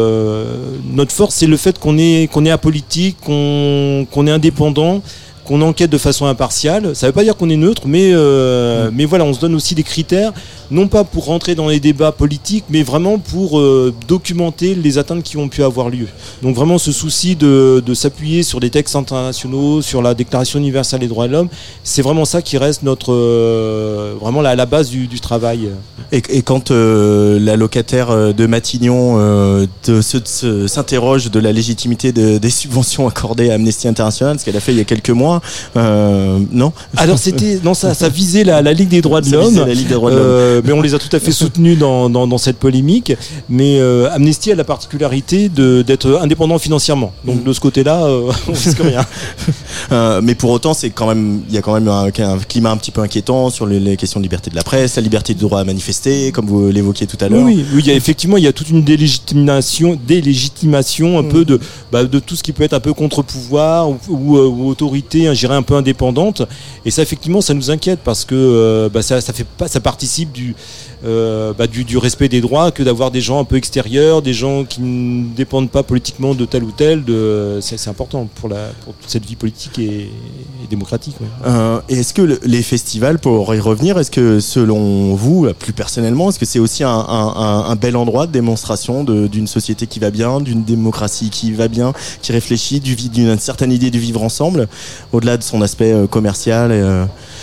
force, c'est le fait qu'on est apolitique, qu'on est indépendant, qu'on enquête de façon impartiale. Ça ne veut pas dire qu'on est neutre, mais on se donne aussi des critères, non pas pour rentrer dans les débats politiques, mais vraiment pour documenter les atteintes qui ont pu avoir lieu. Donc vraiment ce souci de s'appuyer sur des textes internationaux, sur la Déclaration universelle des droits de l'homme, c'est vraiment ça qui reste vraiment la base du travail. Et quand la locataire de Matignon s'interroge de la légitimité des subventions accordées à Amnesty International, ce qu'elle a fait il y a quelques mois, non? Alors ça visait la Ligue des droits de l'homme, mais on les a tout à fait soutenus dans cette polémique. Mais Amnesty a la particularité d'être indépendant financièrement. Donc de ce côté-là, on risque rien. Mais pour autant, il y a quand même un climat un petit peu inquiétant sur les questions de liberté de la presse, la liberté du droit à manifester, comme vous l'évoquiez tout à l'heure. Oui, il y a toute une délégitimation un peu de tout ce qui peut être un peu contre-pouvoir ou autorité, je dirais un peu indépendante. Et ça, effectivement, ça nous inquiète parce que ça participe du respect des droits que d'avoir des gens un peu extérieurs, des gens qui ne dépendent pas politiquement de tel ou tel. C'est important pour toute cette vie politique et démocratique. Ouais. Et est-ce que les festivals, pour y revenir, est-ce que selon vous, plus personnellement, est-ce que c'est aussi un bel endroit de démonstration d'une société qui va bien, d'une démocratie qui va bien, qui réfléchit, d'une certaine idée du vivre ensemble, au-delà de son aspect commercial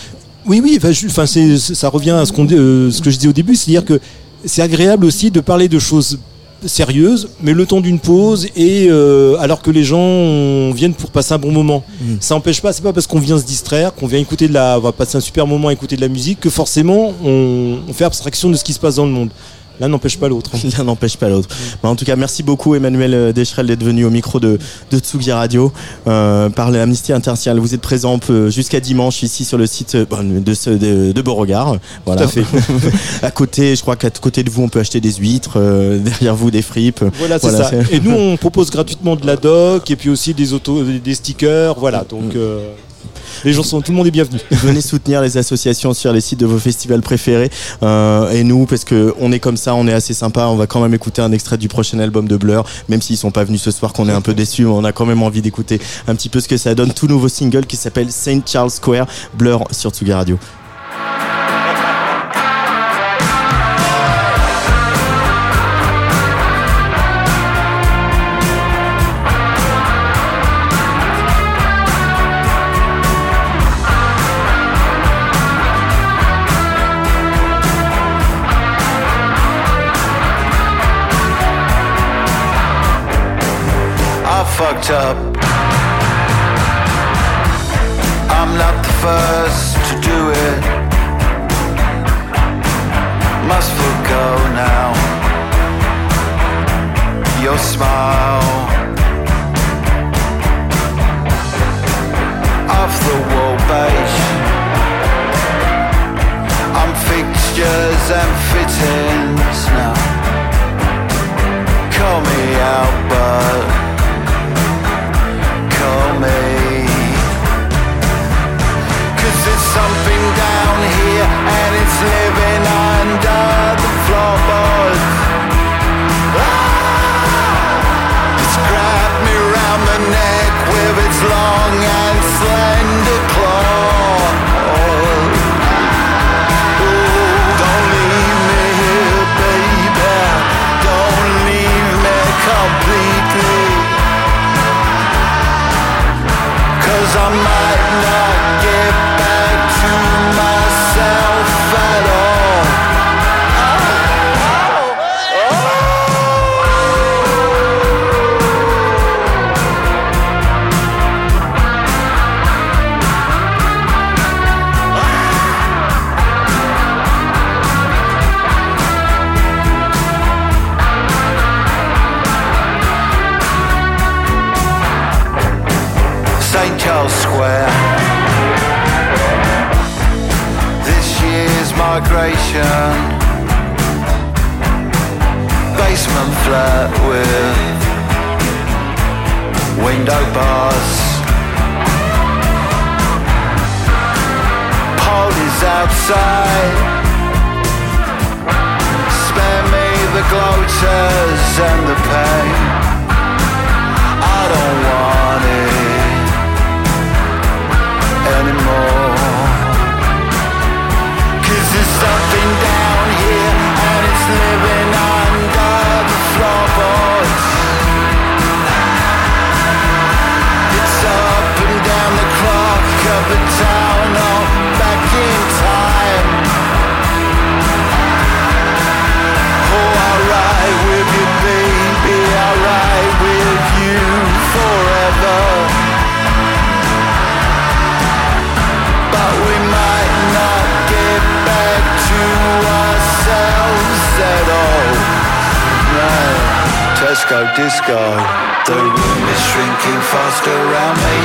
Oui, ça revient à ce que je disais au début, c'est-à-dire que c'est agréable aussi de parler de choses sérieuses, mais le temps d'une pause et alors que les gens viennent pour passer un bon moment. Ça n'empêche pas, c'est pas parce qu'on vient se distraire, qu'on vient on va passer un super moment à écouter de la musique que forcément on fait abstraction de ce qui se passe dans le monde. L'un n'empêche pas l'autre. L'un n'empêche pas l'autre. En tout cas, merci beaucoup Emmanuel Deschrel d'être venu au micro de Tsugi Radio par l'Amnesty International. Vous êtes présent jusqu'à dimanche ici sur le site de Beauregard. Voilà. Tout à fait. À côté, je crois qu'à côté de vous, on peut acheter des huîtres. Derrière vous, des fripes. Voilà, c'est ça. Et nous, on propose gratuitement de la doc et puis aussi des stickers. Voilà, donc... tout le monde est bienvenu. Venez soutenir les associations sur les sites de vos festivals préférés. Et nous, parce que on est comme ça, on est assez sympa. On va quand même écouter un extrait du prochain album de Blur, même s'ils sont pas venus ce soir, qu'on est un peu déçus. On a quand même envie d'écouter un petit peu ce que ça donne. Tout nouveau single qui s'appelle St. Charles Square. Blur sur Tsugi Radio. Fucked up. I'm not the first to do it. Must forgo now. Your smile off the wall beige. I'm fixtures and fittings now. Call me out, but me, 'cause there's something down here and it's living under the floorboards. It's grabbed me round the neck with its long and slender claw. Don't leave me here, baby. Don't leave me completely. 'Cause I might not get back to myself at all. St. Charles Square. This year's migration. Basement flat with window bars. Parties outside. Spare me the gloaters and the pain. I don't want it anymore. 'Cause there's something down here and it's living under the floorboards. It's up and down the clock of the town, all back in time. Oh, I'll ride with you, baby, I'll ride with you forever. But we might not get back to ourselves at all. No, Tesco disco. The room is shrinking fast around me.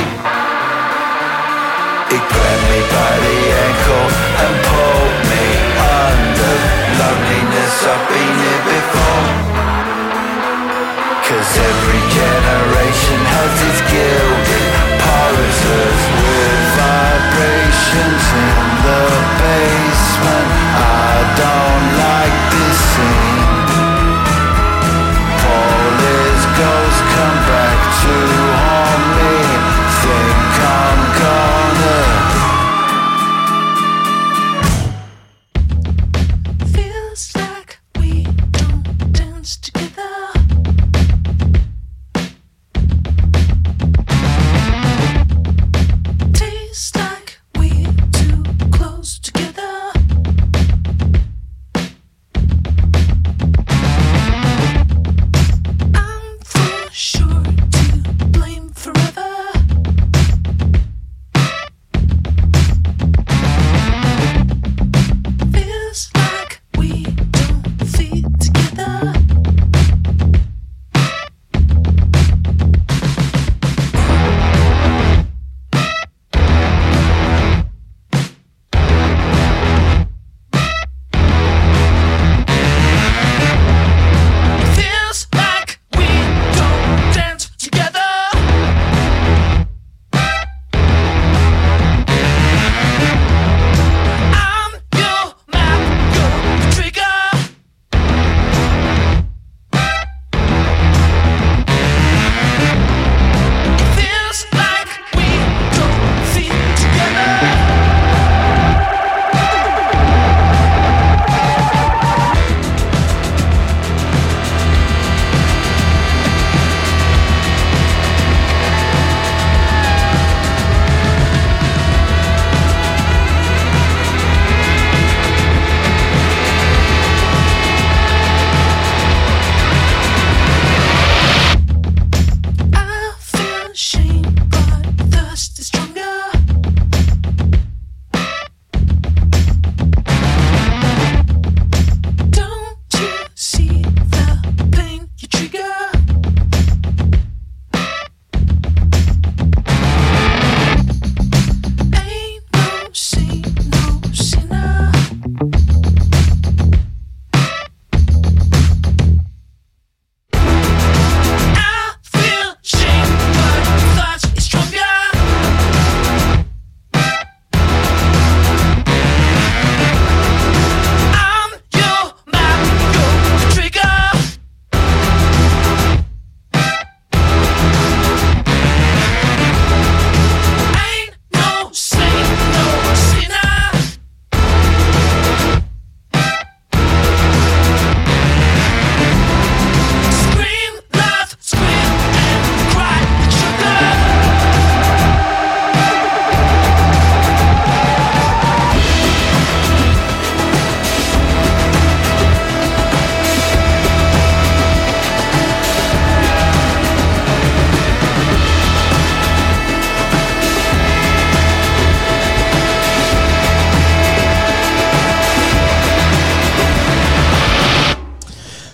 It grabbed me by the ankle and pulled me under. Loneliness, I've been here before. 'Cause every generation has its gilded poses with vibrations in the basement. I don't like this scene. All his ghosts come back to haunt me. Think I'm gonna feels like we don't dance together. Tastes like we're too close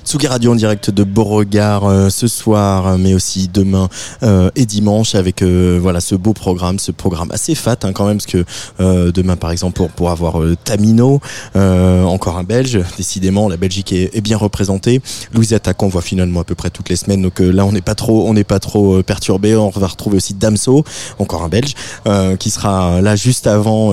Tsugi Radio en direct de Beauregard ce soir, mais aussi demain et dimanche avec voilà ce beau programme, ce programme assez fat quand même, parce que demain par exemple pour avoir Tamino, encore un Belge, décidément la Belgique est bien représentée. Louise Attaquant, on voit finalement à peu près toutes les semaines, donc là on n'est pas trop perturbé. On va retrouver aussi Damso, encore un Belge, qui sera là juste avant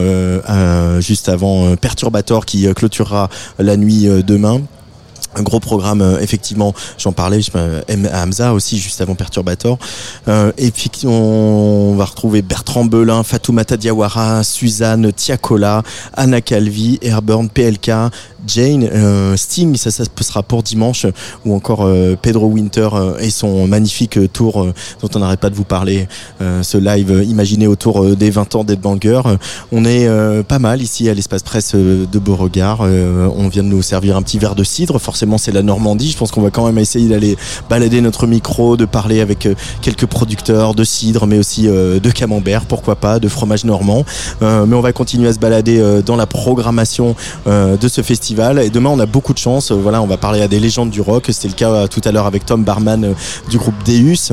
Perturbator qui clôturera la nuit demain. Un gros programme, effectivement, j'en parlais, Hamza aussi, juste avant Perturbator. Et puis, on va retrouver Bertrand Belin, Fatoumata Diawara, Suzanne, Tiakola, Anna Calvi, Airburn, PLK, Jane, Sting, ça sera pour dimanche, ou encore Pedro Winter et son magnifique tour dont on n'arrête pas de vous parler, ce live imaginé autour des 20 ans d'Headbanger. On est pas mal ici à l'espace presse de Beauregard. On vient de nous servir un petit verre de cidre, forcément c'est la Normandie. Je pense qu'on va quand même essayer d'aller balader notre micro, de parler avec quelques producteurs de cidre, mais aussi de camembert, pourquoi pas, de fromage normand. Mais on va continuer à se balader dans la programmation de ce festival. Et demain on a beaucoup de chance, voilà, on va parler à des légendes du rock. C'était le cas tout à l'heure avec Tom Barman du groupe Deus,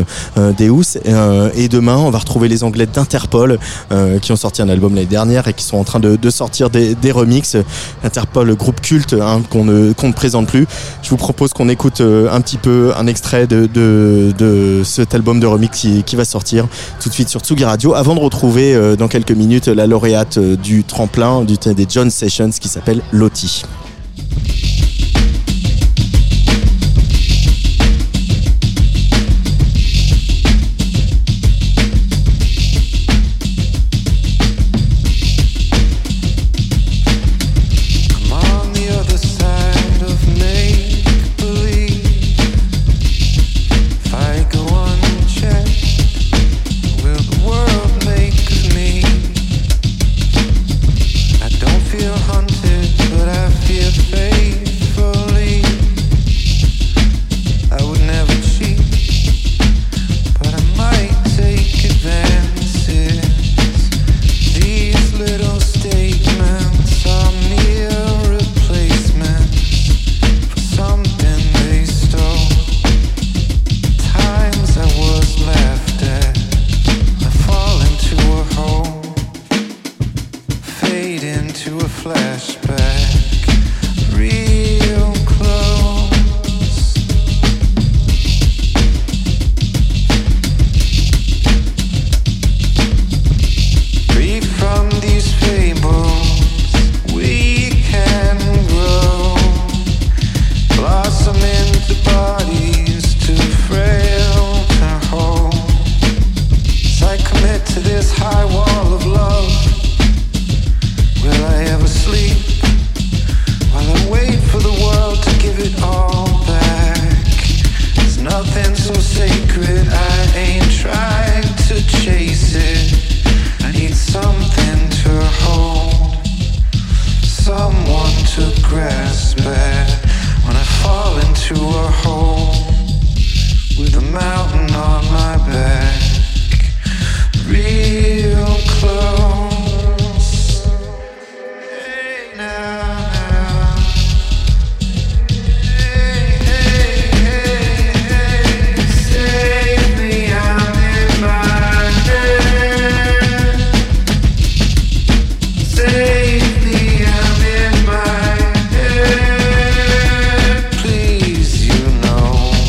et demain on va retrouver les Anglais d'Interpol qui ont sorti un album l'année dernière et qui sont en train de sortir des remixes. Interpol, groupe culte qu'on ne présente plus. Je vous propose qu'on écoute un petit peu un extrait de cet album de remix qui va sortir tout de suite sur Tsugi Radio, avant de retrouver dans quelques minutes la lauréate du tremplin des John Sessions qui s'appelle Lottie. Please, you know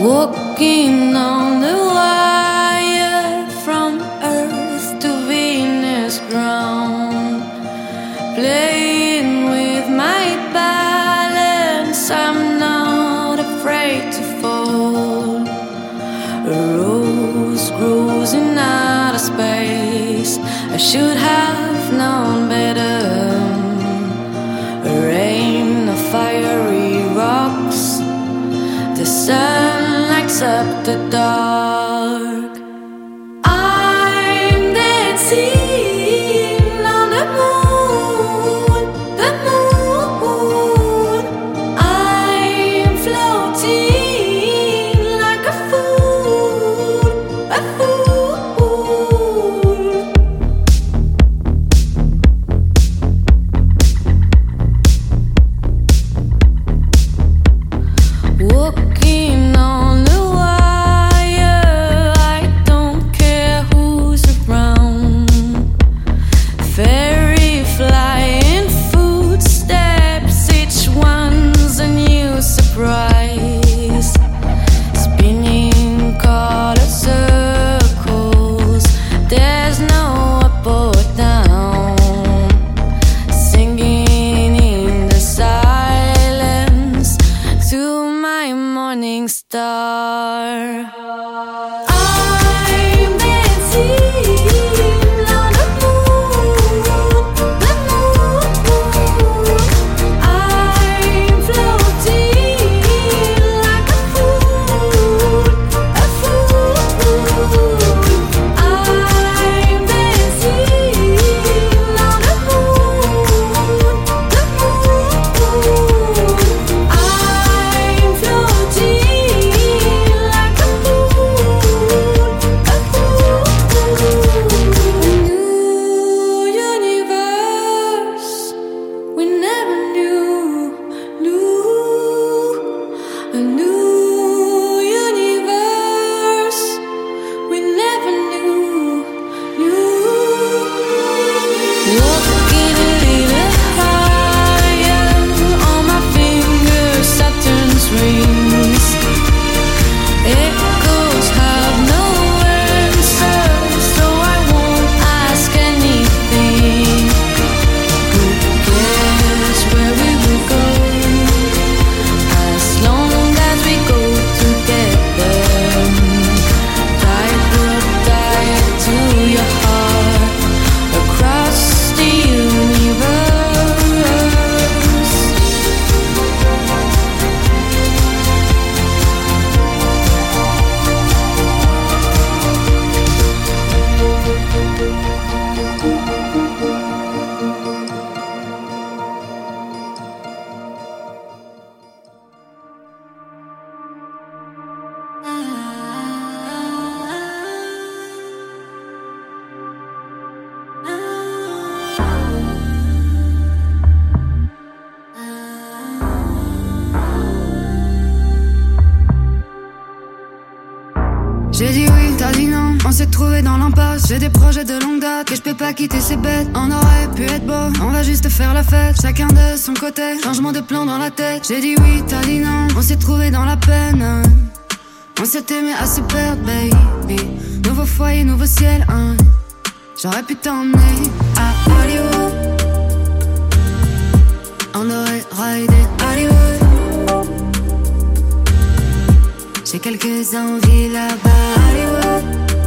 Walking on the wire from Earth to Venus ground, playing with my balance, I'm not afraid to fall. A rose grows in outer space, I should have known better. A rain of fiery rocks, the sun lights up the dark. I'm dancing on the moon, the moon. I'm floating like a fool, a fool. Walking on the wire, I don't care who's around. Fairy flying footsteps, each one's a new surprise. Spinning colored circles, there's no up or down. Singing in the silence to my morning star. I'm dancing on the moon, the moon. I'm floating like a fool, a fool. I'm dancing on the moon, the moon. I'm floating like a fool, a fool. A new universe we never knew. A new universe we never knew. Walking a little higher, on my fingers Saturn's rings. Echoes have no answers, so I won't ask anything. Who cares where we will go, as long as we go together? Tight rope tied to your heart, across the universe. J'ai dit oui, t'as dit non, on s'est trouvé dans l'impasse. J'ai des projets de longue date et je peux pas quitter ces bêtes. On aurait pu être beau, on va juste faire la fête. Chacun de son côté, changement de plan dans la tête. J'ai dit oui, t'as dit non, on s'est trouvé dans la peine. On s'est aimé à se perdre, baby. Nouveau foyer, nouveau ciel, hein. J'aurais pu t'emmener à Hollywood. On aurait ridé Hollywood. J'ai quelques envies là-bas, Hollywood.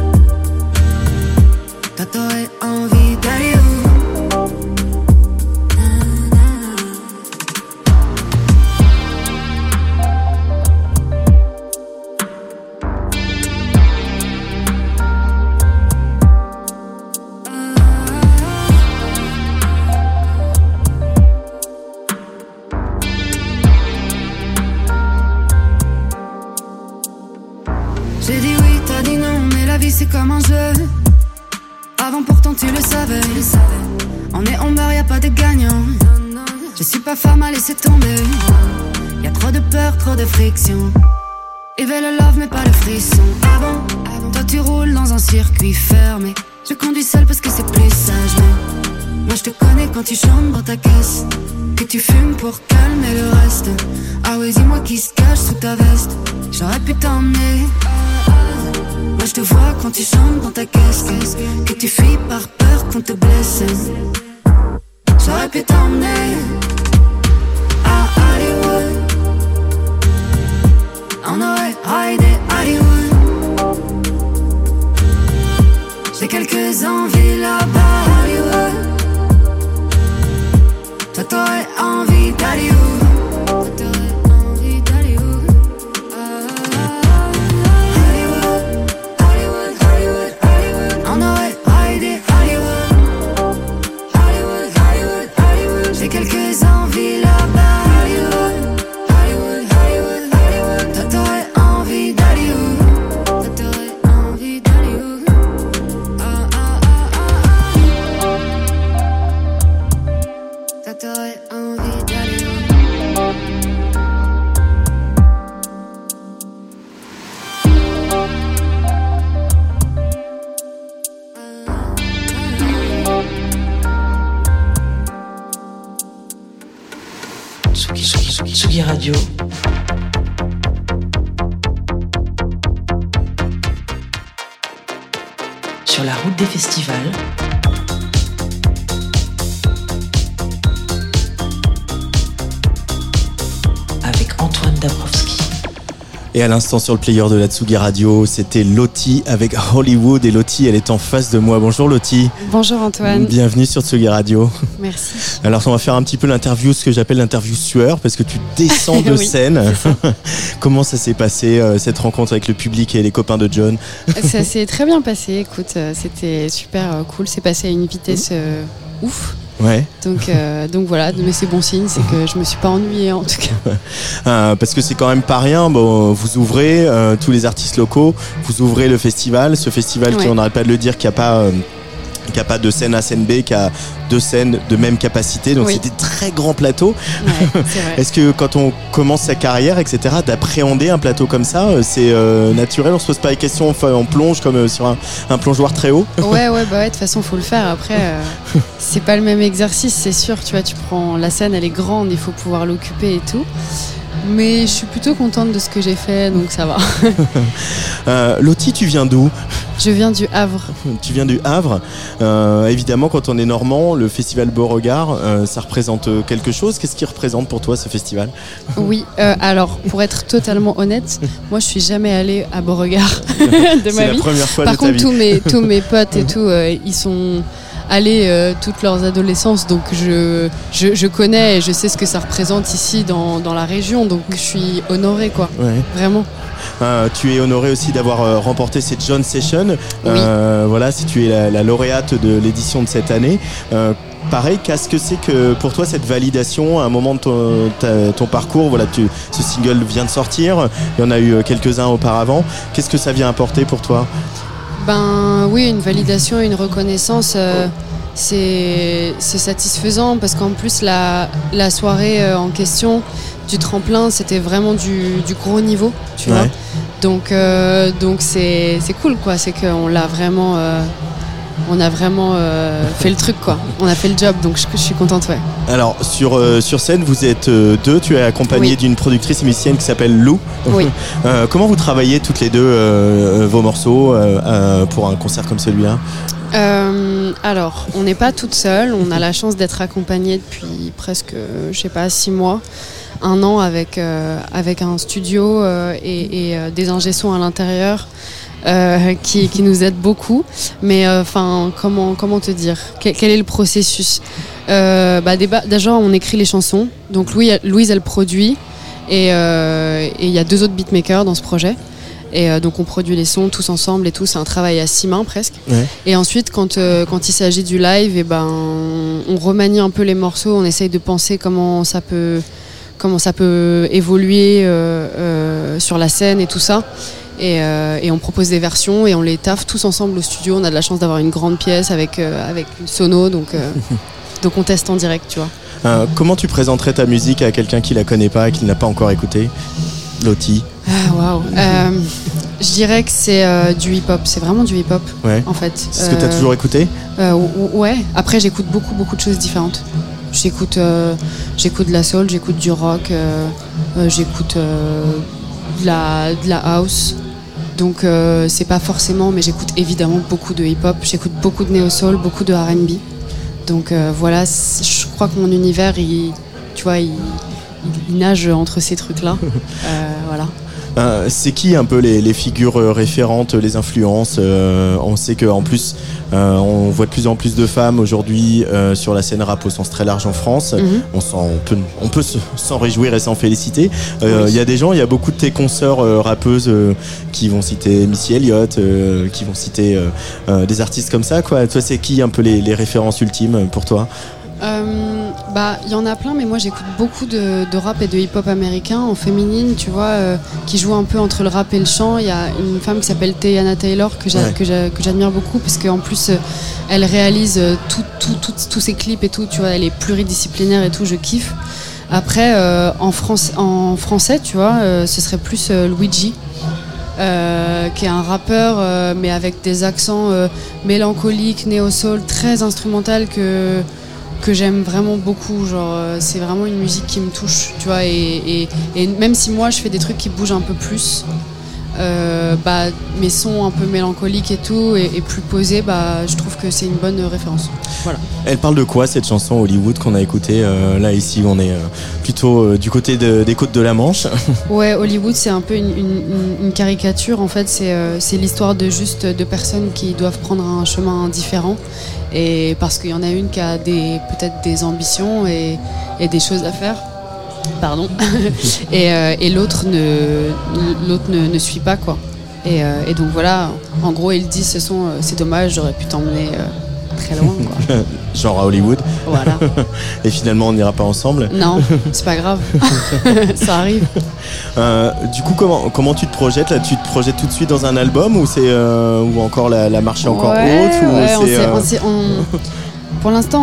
Toi t'aurais envie d'aller où? J'ai dit oui, t'as dit non, mais la vie c'est comme un jeu. Avant pourtant tu le savais. On est on meurt, y'a pas de gagnant. Je suis pas femme à laisser tomber. Y'a trop de peur, trop de friction. Ils veulent le love mais pas le frisson. Avant, toi tu roules dans un circuit fermé. Je conduis seul parce que c'est plus sage, mais moi je te connais quand tu chantes dans ta caisse, que tu fumes pour calmer le reste. Ah oui, jalousie, moi qui se cache sous ta veste. J'aurais pu t'emmener. Moi je te vois quand tu chantes dans ta caisse, que tu fuis par peur qu'on te blesse. J'aurais pu t'emmener à Hollywood. On aurait raidé Hollywood. J'ai quelques envies là-bas à Hollywood. Toi t'aurais envie d'aller où? Toi t'aurais envie d'aller où? Hollywood, Hollywood, Hollywood, Hollywood. On aurait raidé Hollywood. Hollywood, Hollywood, Hollywood. J'ai quelques envies là-bas Hollywood. Hollywood, Hollywood, Hollywood. Toi t'aurais envie d'aller où? Toi t'aurais envie d'aller où? Toi t'aurais envie d'aller où? Tsugi Radio. Sur la route des festivals. Avec Antoine Dabrowski. Et à l'instant sur le player de la Tsugi Radio, c'était Lottie avec Hollywood. Et Lottie, elle est en face de moi. Bonjour Lottie. Bonjour Antoine. Bienvenue sur Tsugi Radio. Merci. Alors on va faire un petit peu l'interview, ce que j'appelle l'interview sueur, parce que tu descends de Oui, scène. Comment ça s'est passé, cette rencontre avec le public et les copains de John? Ça s'est très bien passé, écoute, c'était super cool, c'est passé à une vitesse ouf. Ouais. Donc voilà, mais c'est bon signe, c'est que je me suis pas ennuyée en tout cas. Parce que c'est quand même pas rien. Bon, vous ouvrez tous les artistes locaux, vous ouvrez le festival, ce festival qui, on n'arrête pas de le dire, qui a pas de scène A, scène B, qui a 2 scènes de même capacité, donc c'est des très grands plateaux. Ouais, c'est vrai. Est-ce que quand on commence sa carrière, etc., d'appréhender un plateau comme ça, c'est naturel, on se pose pas les questions, enfin, on plonge comme sur un plongeoir très haut? Ouais, de toute façon faut le faire. Après, c'est pas le même exercice, c'est sûr. Tu vois, tu prends la scène, elle est grande, il faut pouvoir l'occuper et tout. Mais je suis plutôt contente de ce que j'ai fait, donc ça va. Lottie, tu viens d'où? Je viens du Havre. Tu viens du Havre. Évidemment, quand on est normand, le festival Beauregard, ça représente quelque chose. Qu'est-ce qui représente pour toi ce festival? Oui, alors pour être totalement honnête, moi je suis jamais allée à Beauregard de ma vie. C'est la première fois Par de ta contre, vie. tous mes potes et tout, ils sont allés toute leur adolescence, donc je connais et je sais ce que ça représente ici dans la région, donc je suis honorée quoi, vraiment. Tu es honorée aussi d'avoir remporté cette John Session. Voilà, si tu es la lauréate de l'édition de cette année. Pareil, qu'est-ce que c'est que pour toi cette validation à un moment de ton parcours? Voilà, ce single vient de sortir, il y en a eu quelques-uns auparavant. Qu'est-ce que ça vient apporter pour toi? Ben oui, une validation, une reconnaissance, c'est satisfaisant parce qu'en plus la soirée en question du tremplin, c'était vraiment du gros niveau, tu vois. Donc c'est cool quoi, c'est qu'on l'a vraiment on a vraiment fait le truc quoi. On a fait le job, donc je suis contente, ouais. Alors sur scène vous êtes 2, tu es accompagnée d'une productrice et musicienne qui s'appelle Lou. Oui. Comment vous travaillez toutes les deux vos morceaux pour un concert comme celui-là? Alors on n'est pas toutes seules, on a la chance d'être accompagnée depuis presque 6 mois, 1 an avec un studio et des ingé-sons à l'intérieur. Qui nous aide beaucoup, mais comment te dire, quel est le processus? Déjà on écrit les chansons, donc Louise elle produit et il y a 2 autres beatmakers dans ce projet, et donc on produit les sons tous ensemble et tout, c'est un travail à 6 mains presque. Et ensuite quand il s'agit du live, on remanie un peu les morceaux, on essaye de penser comment ça peut évoluer sur la scène et tout ça. Et on propose des versions et on les taffe tous ensemble au studio. On a de la chance d'avoir une grande pièce avec une sono, donc on teste en direct, tu vois. Comment tu présenterais ta musique à quelqu'un qui la connaît pas et qui ne l'a pas encore écoutée, Lottie? Waouh. Je dirais que c'est du hip-hop. C'est vraiment du hip-hop, en fait. C'est ce que tu as toujours écouté? Ouais. Après, j'écoute beaucoup de choses différentes. J'écoute de la soul, j'écoute du rock, j'écoute de la house. Donc c'est pas forcément, mais j'écoute évidemment beaucoup de hip-hop, j'écoute beaucoup de néo-soul, beaucoup de R&B. Donc voilà, je crois que mon univers, il nage entre ces trucs-là. Voilà. C'est qui un peu les figures référentes, les influences On sait qu'en plus, on voit de plus en plus de femmes aujourd'hui sur la scène rap au sens très large en France. On peut s'en réjouir et s'en féliciter. Il y a des gens, il y a beaucoup de tes consoeurs rappeuses qui vont citer Missy Elliott, qui vont citer des artistes comme ça, quoi. Toi, c'est qui un peu les références ultimes pour toi? Il y en a plein, mais moi j'écoute beaucoup de rap et de hip-hop américain en féminine, tu vois, qui joue un peu entre le rap et le chant. Il y a une femme qui s'appelle Teyana Taylor que j'admire beaucoup parce qu'en plus elle réalise tous ses clips et tout, tu vois, elle est pluridisciplinaire et tout, je kiffe. Après en français, tu vois, ce serait plus Luigi. Qui est un rappeur mais avec des accents mélancoliques, néo-soul, très instrumental que j'aime vraiment beaucoup. Genre c'est vraiment une musique qui me touche, tu vois, et même si moi je fais des trucs qui bougent un peu plus, mes sons un peu mélancoliques et tout et plus posés, je trouve que c'est une bonne référence. Voilà. Elle parle de quoi cette chanson Hollywood qu'on a écoutée là ici on est plutôt du côté des côtes de la Manche. Ouais, Hollywood c'est un peu une caricature en fait, c'est l'histoire de personnes qui doivent prendre un chemin différent, et parce qu'il y en a une qui a peut-être des ambitions et des choses à faire. Pardon. et l'autre ne suit pas, quoi. Et donc voilà, en gros il dit c'est dommage, j'aurais pu t'emmener très loin, quoi. Genre à Hollywood. Voilà. Et finalement on n'ira pas ensemble. Non, c'est pas grave. Ça arrive. Du coup comment tu te projettes là? Tu te projettes tout de suite dans un album ou encore la marche est encore haute pour l'instant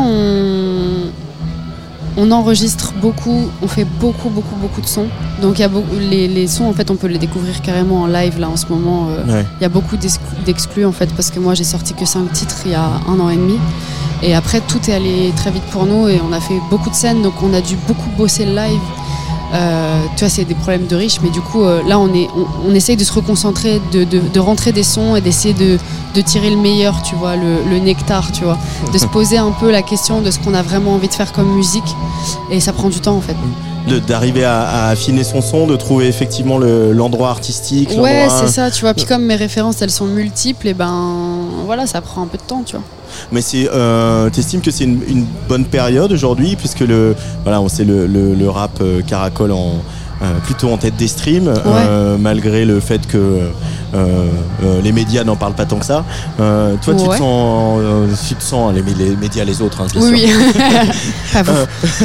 on enregistre beaucoup, on fait beaucoup de sons. Donc il y a les sons en fait on peut les découvrir carrément en live là en ce moment. Il y a beaucoup d'exclus en fait parce que moi j'ai sorti que 5 titres il y a 1 an et demi. Et après tout est allé très vite pour nous et on a fait beaucoup de scènes, donc on a dû beaucoup bosser le live. Tu vois, c'est des problèmes de riches, mais du coup là on essaye de se reconcentrer, de rentrer des sons et d'essayer de tirer le meilleur, tu vois, le nectar, tu vois, de se poser un peu la question de ce qu'on a vraiment envie de faire comme musique, et ça prend du temps en fait. D'arriver à affiner son son, de trouver effectivement l'endroit artistique. Ouais, c'est ça, tu vois. Puis comme mes références elles sont multiples, et voilà, ça prend un peu de temps, tu vois. Mais t'estimes que c'est une bonne période aujourd'hui, puisque on sait le rap caracole plutôt en tête des streams, malgré le fait que les médias n'en parlent pas tant que ça. Toi, tu te sens les médias, les autres, hein, bien sûr. Oui. Pas vous.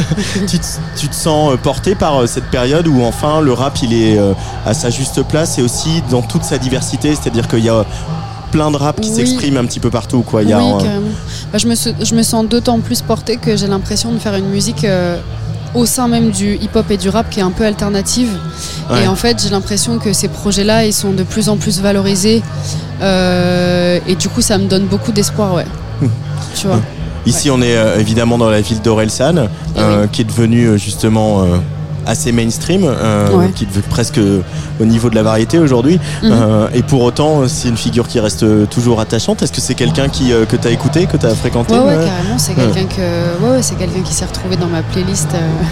Tu te sens porté par cette période où enfin le rap il est à sa juste place et aussi dans toute sa diversité, c'est-à-dire qu'il y a plein de rap qui s'expriment un petit peu partout, quoi. Carrément. Je me sens d'autant plus portée que j'ai l'impression de faire une musique au sein même du hip-hop et du rap qui est un peu alternative. Ouais. Et en fait, j'ai l'impression que ces projets-là, ils sont de plus en plus valorisés. Et du coup, ça me donne beaucoup d'espoir, ouais. Tu vois. Ici, on est évidemment dans la ville d'Orelsan, qui est devenue justement assez mainstream, qui est presque au niveau de la variété aujourd'hui. Et pour autant, c'est une figure qui reste toujours attachante. Est-ce que c'est quelqu'un que tu as écouté, que tu as fréquenté? Ouais, carrément. C'est quelqu'un c'est quelqu'un qui s'est retrouvé dans ma playlist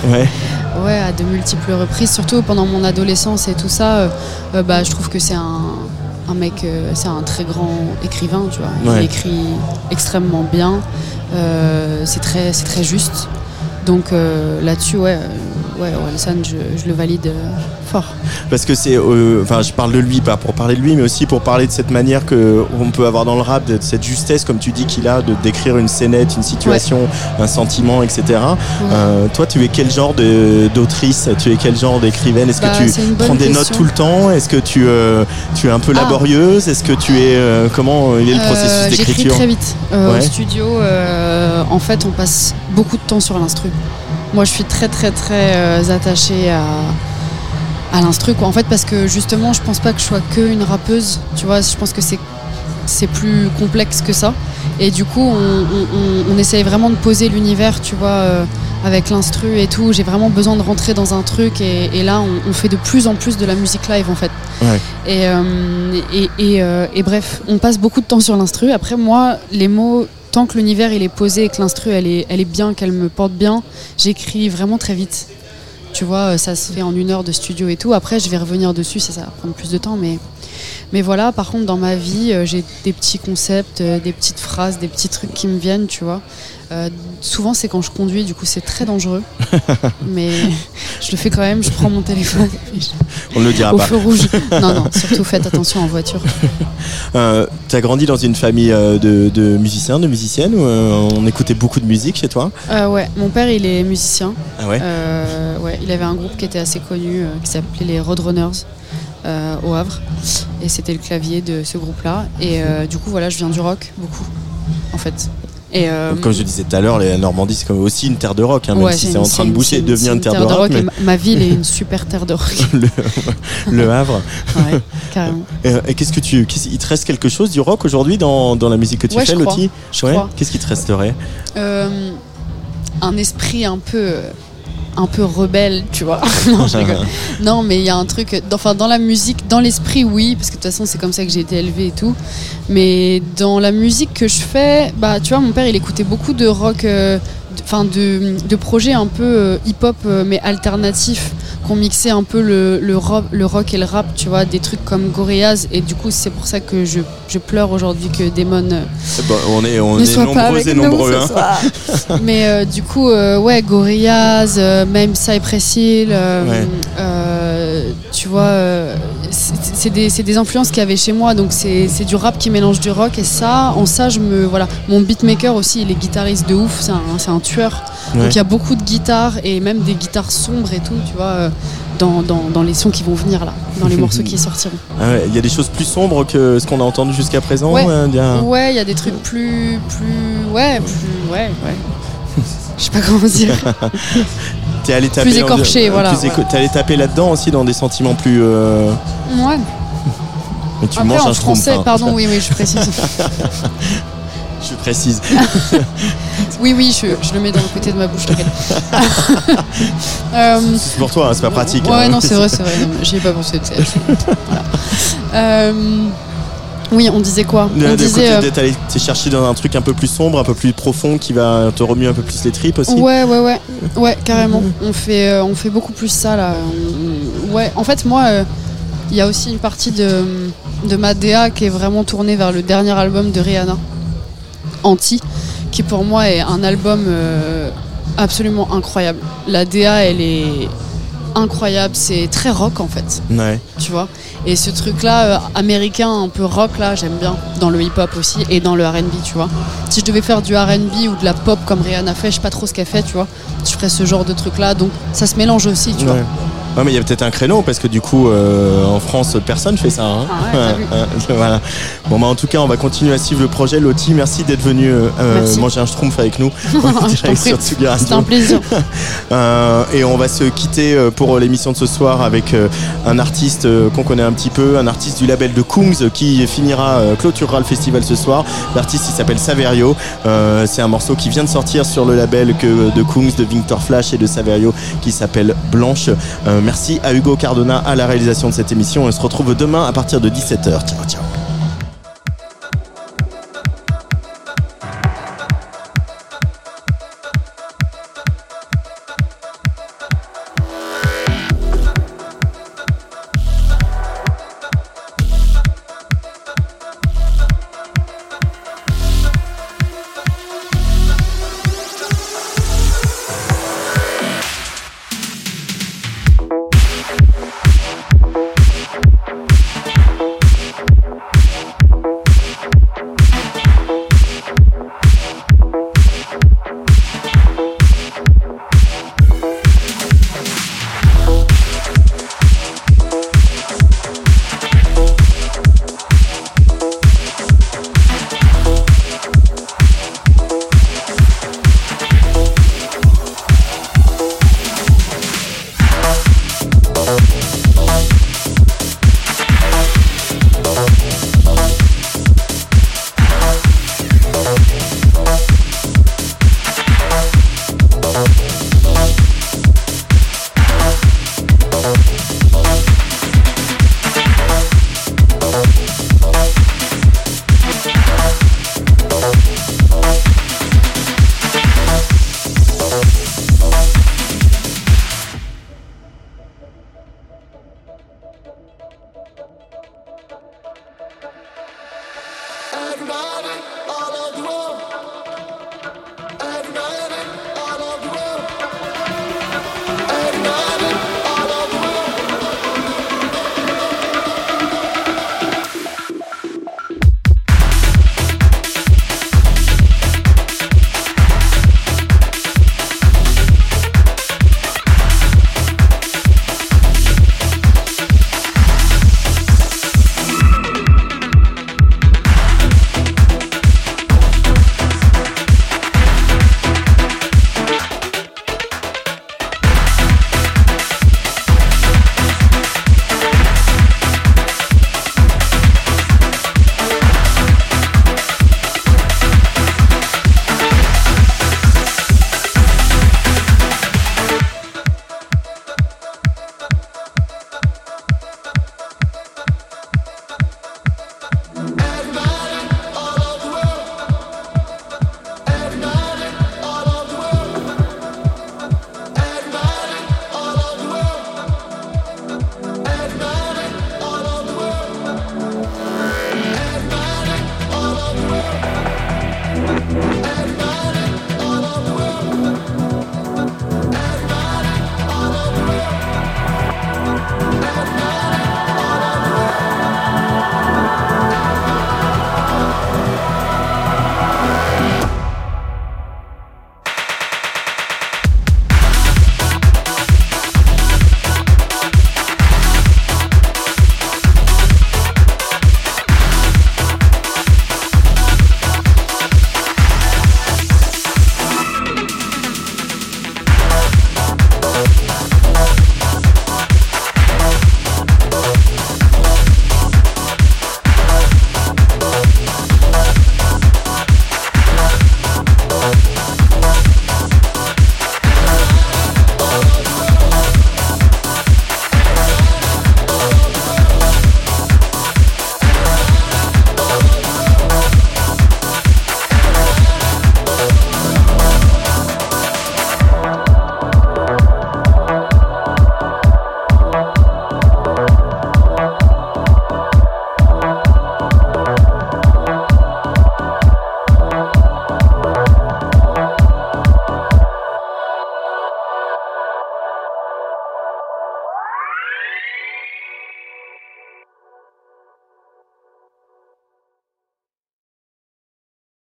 à de multiples reprises, surtout pendant mon adolescence et tout ça. Je trouve que c'est un mec, c'est un très grand écrivain, tu vois. Il écrit extrêmement bien. C'est très juste. Donc là-dessus, Orelsan, je le valide fort. Parce que c'est, je parle de lui, pas pour parler de lui, mais aussi pour parler de cette manière qu'on peut avoir dans le rap, de cette justesse, comme tu dis, qu'il a, de décrire une scénette, une situation, un sentiment, etc. Toi, tu es quel genre d'autrice? Tu es quel genre d'écrivaine? Est-ce que tu prends des notes tout le temps? Est-ce que tu es un peu laborieuse? Est-ce que tu es... comment il est le processus d'écriture? J'écris très vite. Au studio, en fait, on passe beaucoup de temps sur l'instru. Moi, je suis très attachée à l'instru, quoi. En fait, parce que justement, je pense pas que je sois qu'une rappeuse. Tu vois, je pense que c'est c'est plus complexe que ça. Et du coup, on essaye vraiment de poser l'univers, tu vois, avec l'instru et tout. J'ai vraiment besoin de rentrer dans un truc et là, on fait de plus en plus de la musique live en fait. Ouais. Et bref, on passe beaucoup de temps sur l'instru. Après, moi, les mots, tant que l'univers il est posé et que l'instru elle est bien, qu'elle me porte bien, j'écris vraiment très vite. Tu vois, ça se fait en 1 heure de studio et tout. Après, je vais revenir dessus, ça va prendre plus de temps, mais voilà. Par contre, dans ma vie, j'ai des petits concepts, des petites phrases, des petits trucs qui me viennent, tu vois. Souvent, c'est quand je conduis, du coup, c'est très dangereux. Mais je le fais quand même, je prends mon téléphone. On ne le dira au pas. Au feu rouge. Non, surtout faites attention en voiture. T'as grandi dans une famille de musiciens, de musiciennes où on écoutait beaucoup de musique chez toi? Ouais, mon père, il est musicien. Ah ouais? Ouais, il avait un groupe qui était assez connu, qui s'appelait les Roadrunners. Au Havre, et c'était le clavier de ce groupe-là. Et du coup, voilà, je viens du rock beaucoup, en fait. Et donc, comme je disais tout à l'heure, la Normandie c'est comme aussi une terre de rock, hein, même si c'est en train de boucher et devenir une terre de rock. Mais... Ma ville est une super terre de rock. le Havre. Ouais, carrément. Et qu'est-ce que il te reste quelque chose du rock aujourd'hui dans la musique que tu fais, Lottie? Je crois. Qu'est-ce qui te resterait? Un esprit un peu rebelle, tu vois. Non, je rigole. Non, mais il y a un truc, dans la musique, dans l'esprit, oui, parce que de toute façon, c'est comme ça que j'ai été élevée et tout. Mais dans la musique que je fais, bah, tu vois, mon père, il écoutait beaucoup de rock, de projets un peu hip-hop, mais alternatifs, qu'on mixait un peu le rock et le rap, tu vois, des trucs comme Gorillaz. Et du coup, c'est pour ça que je pleure aujourd'hui que Damon on est nombreux et nombreux. Hein. Mais du coup, ouais, Gorillaz, même Cypress Hill, tu vois, c'est des influences qu'il y avait chez moi. Donc c'est du rap qui mélange du rock. Et ça, voilà. Mon beatmaker aussi, il est guitariste de ouf, c'est un tueur. Ouais. Donc il y a beaucoup de guitares et même des guitares sombres et tout, tu vois, dans les sons qui vont venir là, dans les morceaux qui sortiront. Ah ouais, il y a des choses plus sombres que ce qu'on a entendu jusqu'à présent. Ouais, il y a des trucs plus. Je sais pas comment dire. T'es allé taper plus écorché, voilà. T'es allé taper là-dedans aussi dans des sentiments plus. Ouais. Mais tu après, manges en un français, pardon, oui, je précise. Je précise. Oui, je le mets dans le côté de ma bouche. C'est pour toi, hein, c'est pas pratique. Ouais, hein. non, c'est vrai, j'y ai pas pensé. Voilà. Oui, on disait quoi? On disait. T'es cherché dans un truc un peu plus sombre, un peu plus profond, qui va te remuer un peu plus les tripes aussi. Ouais, carrément. On fait beaucoup plus ça là. Ouais, en fait, moi, il y a aussi une partie de ma DA qui est vraiment tournée vers le dernier album de Rihanna, Anti, qui pour moi est un album absolument incroyable. La DA, elle est incroyable, c'est très rock en fait. Ouais. Tu vois. Et ce truc-là, américain, un peu rock, là, j'aime bien. Dans le hip-hop aussi et dans le R&B, tu vois. Si je devais faire du R&B ou de la pop comme Rihanna fait, je sais pas trop ce qu'elle fait, tu vois. Je ferais ce genre de truc-là, donc ça se mélange aussi, tu vois. Ouais, mais il y a peut-être un créneau parce que du coup en France personne fait ça. Hein. Voilà. Bon bah en tout cas on va continuer à suivre le projet. Lottie, merci d'être venu manger un schtroumpf avec nous. C'était un plaisir. Et on va se quitter pour l'émission de ce soir avec un artiste qu'on connaît un petit peu, un artiste du label de Kungs qui clôturera le festival ce soir. L'artiste il s'appelle Saverio. C'est un morceau qui vient de sortir sur le label de Kungs, de Victor Flash et de Saverio qui s'appelle Blanche. Merci à Hugo Cardona à la réalisation de cette émission. On se retrouve demain à partir de 17h. Ciao.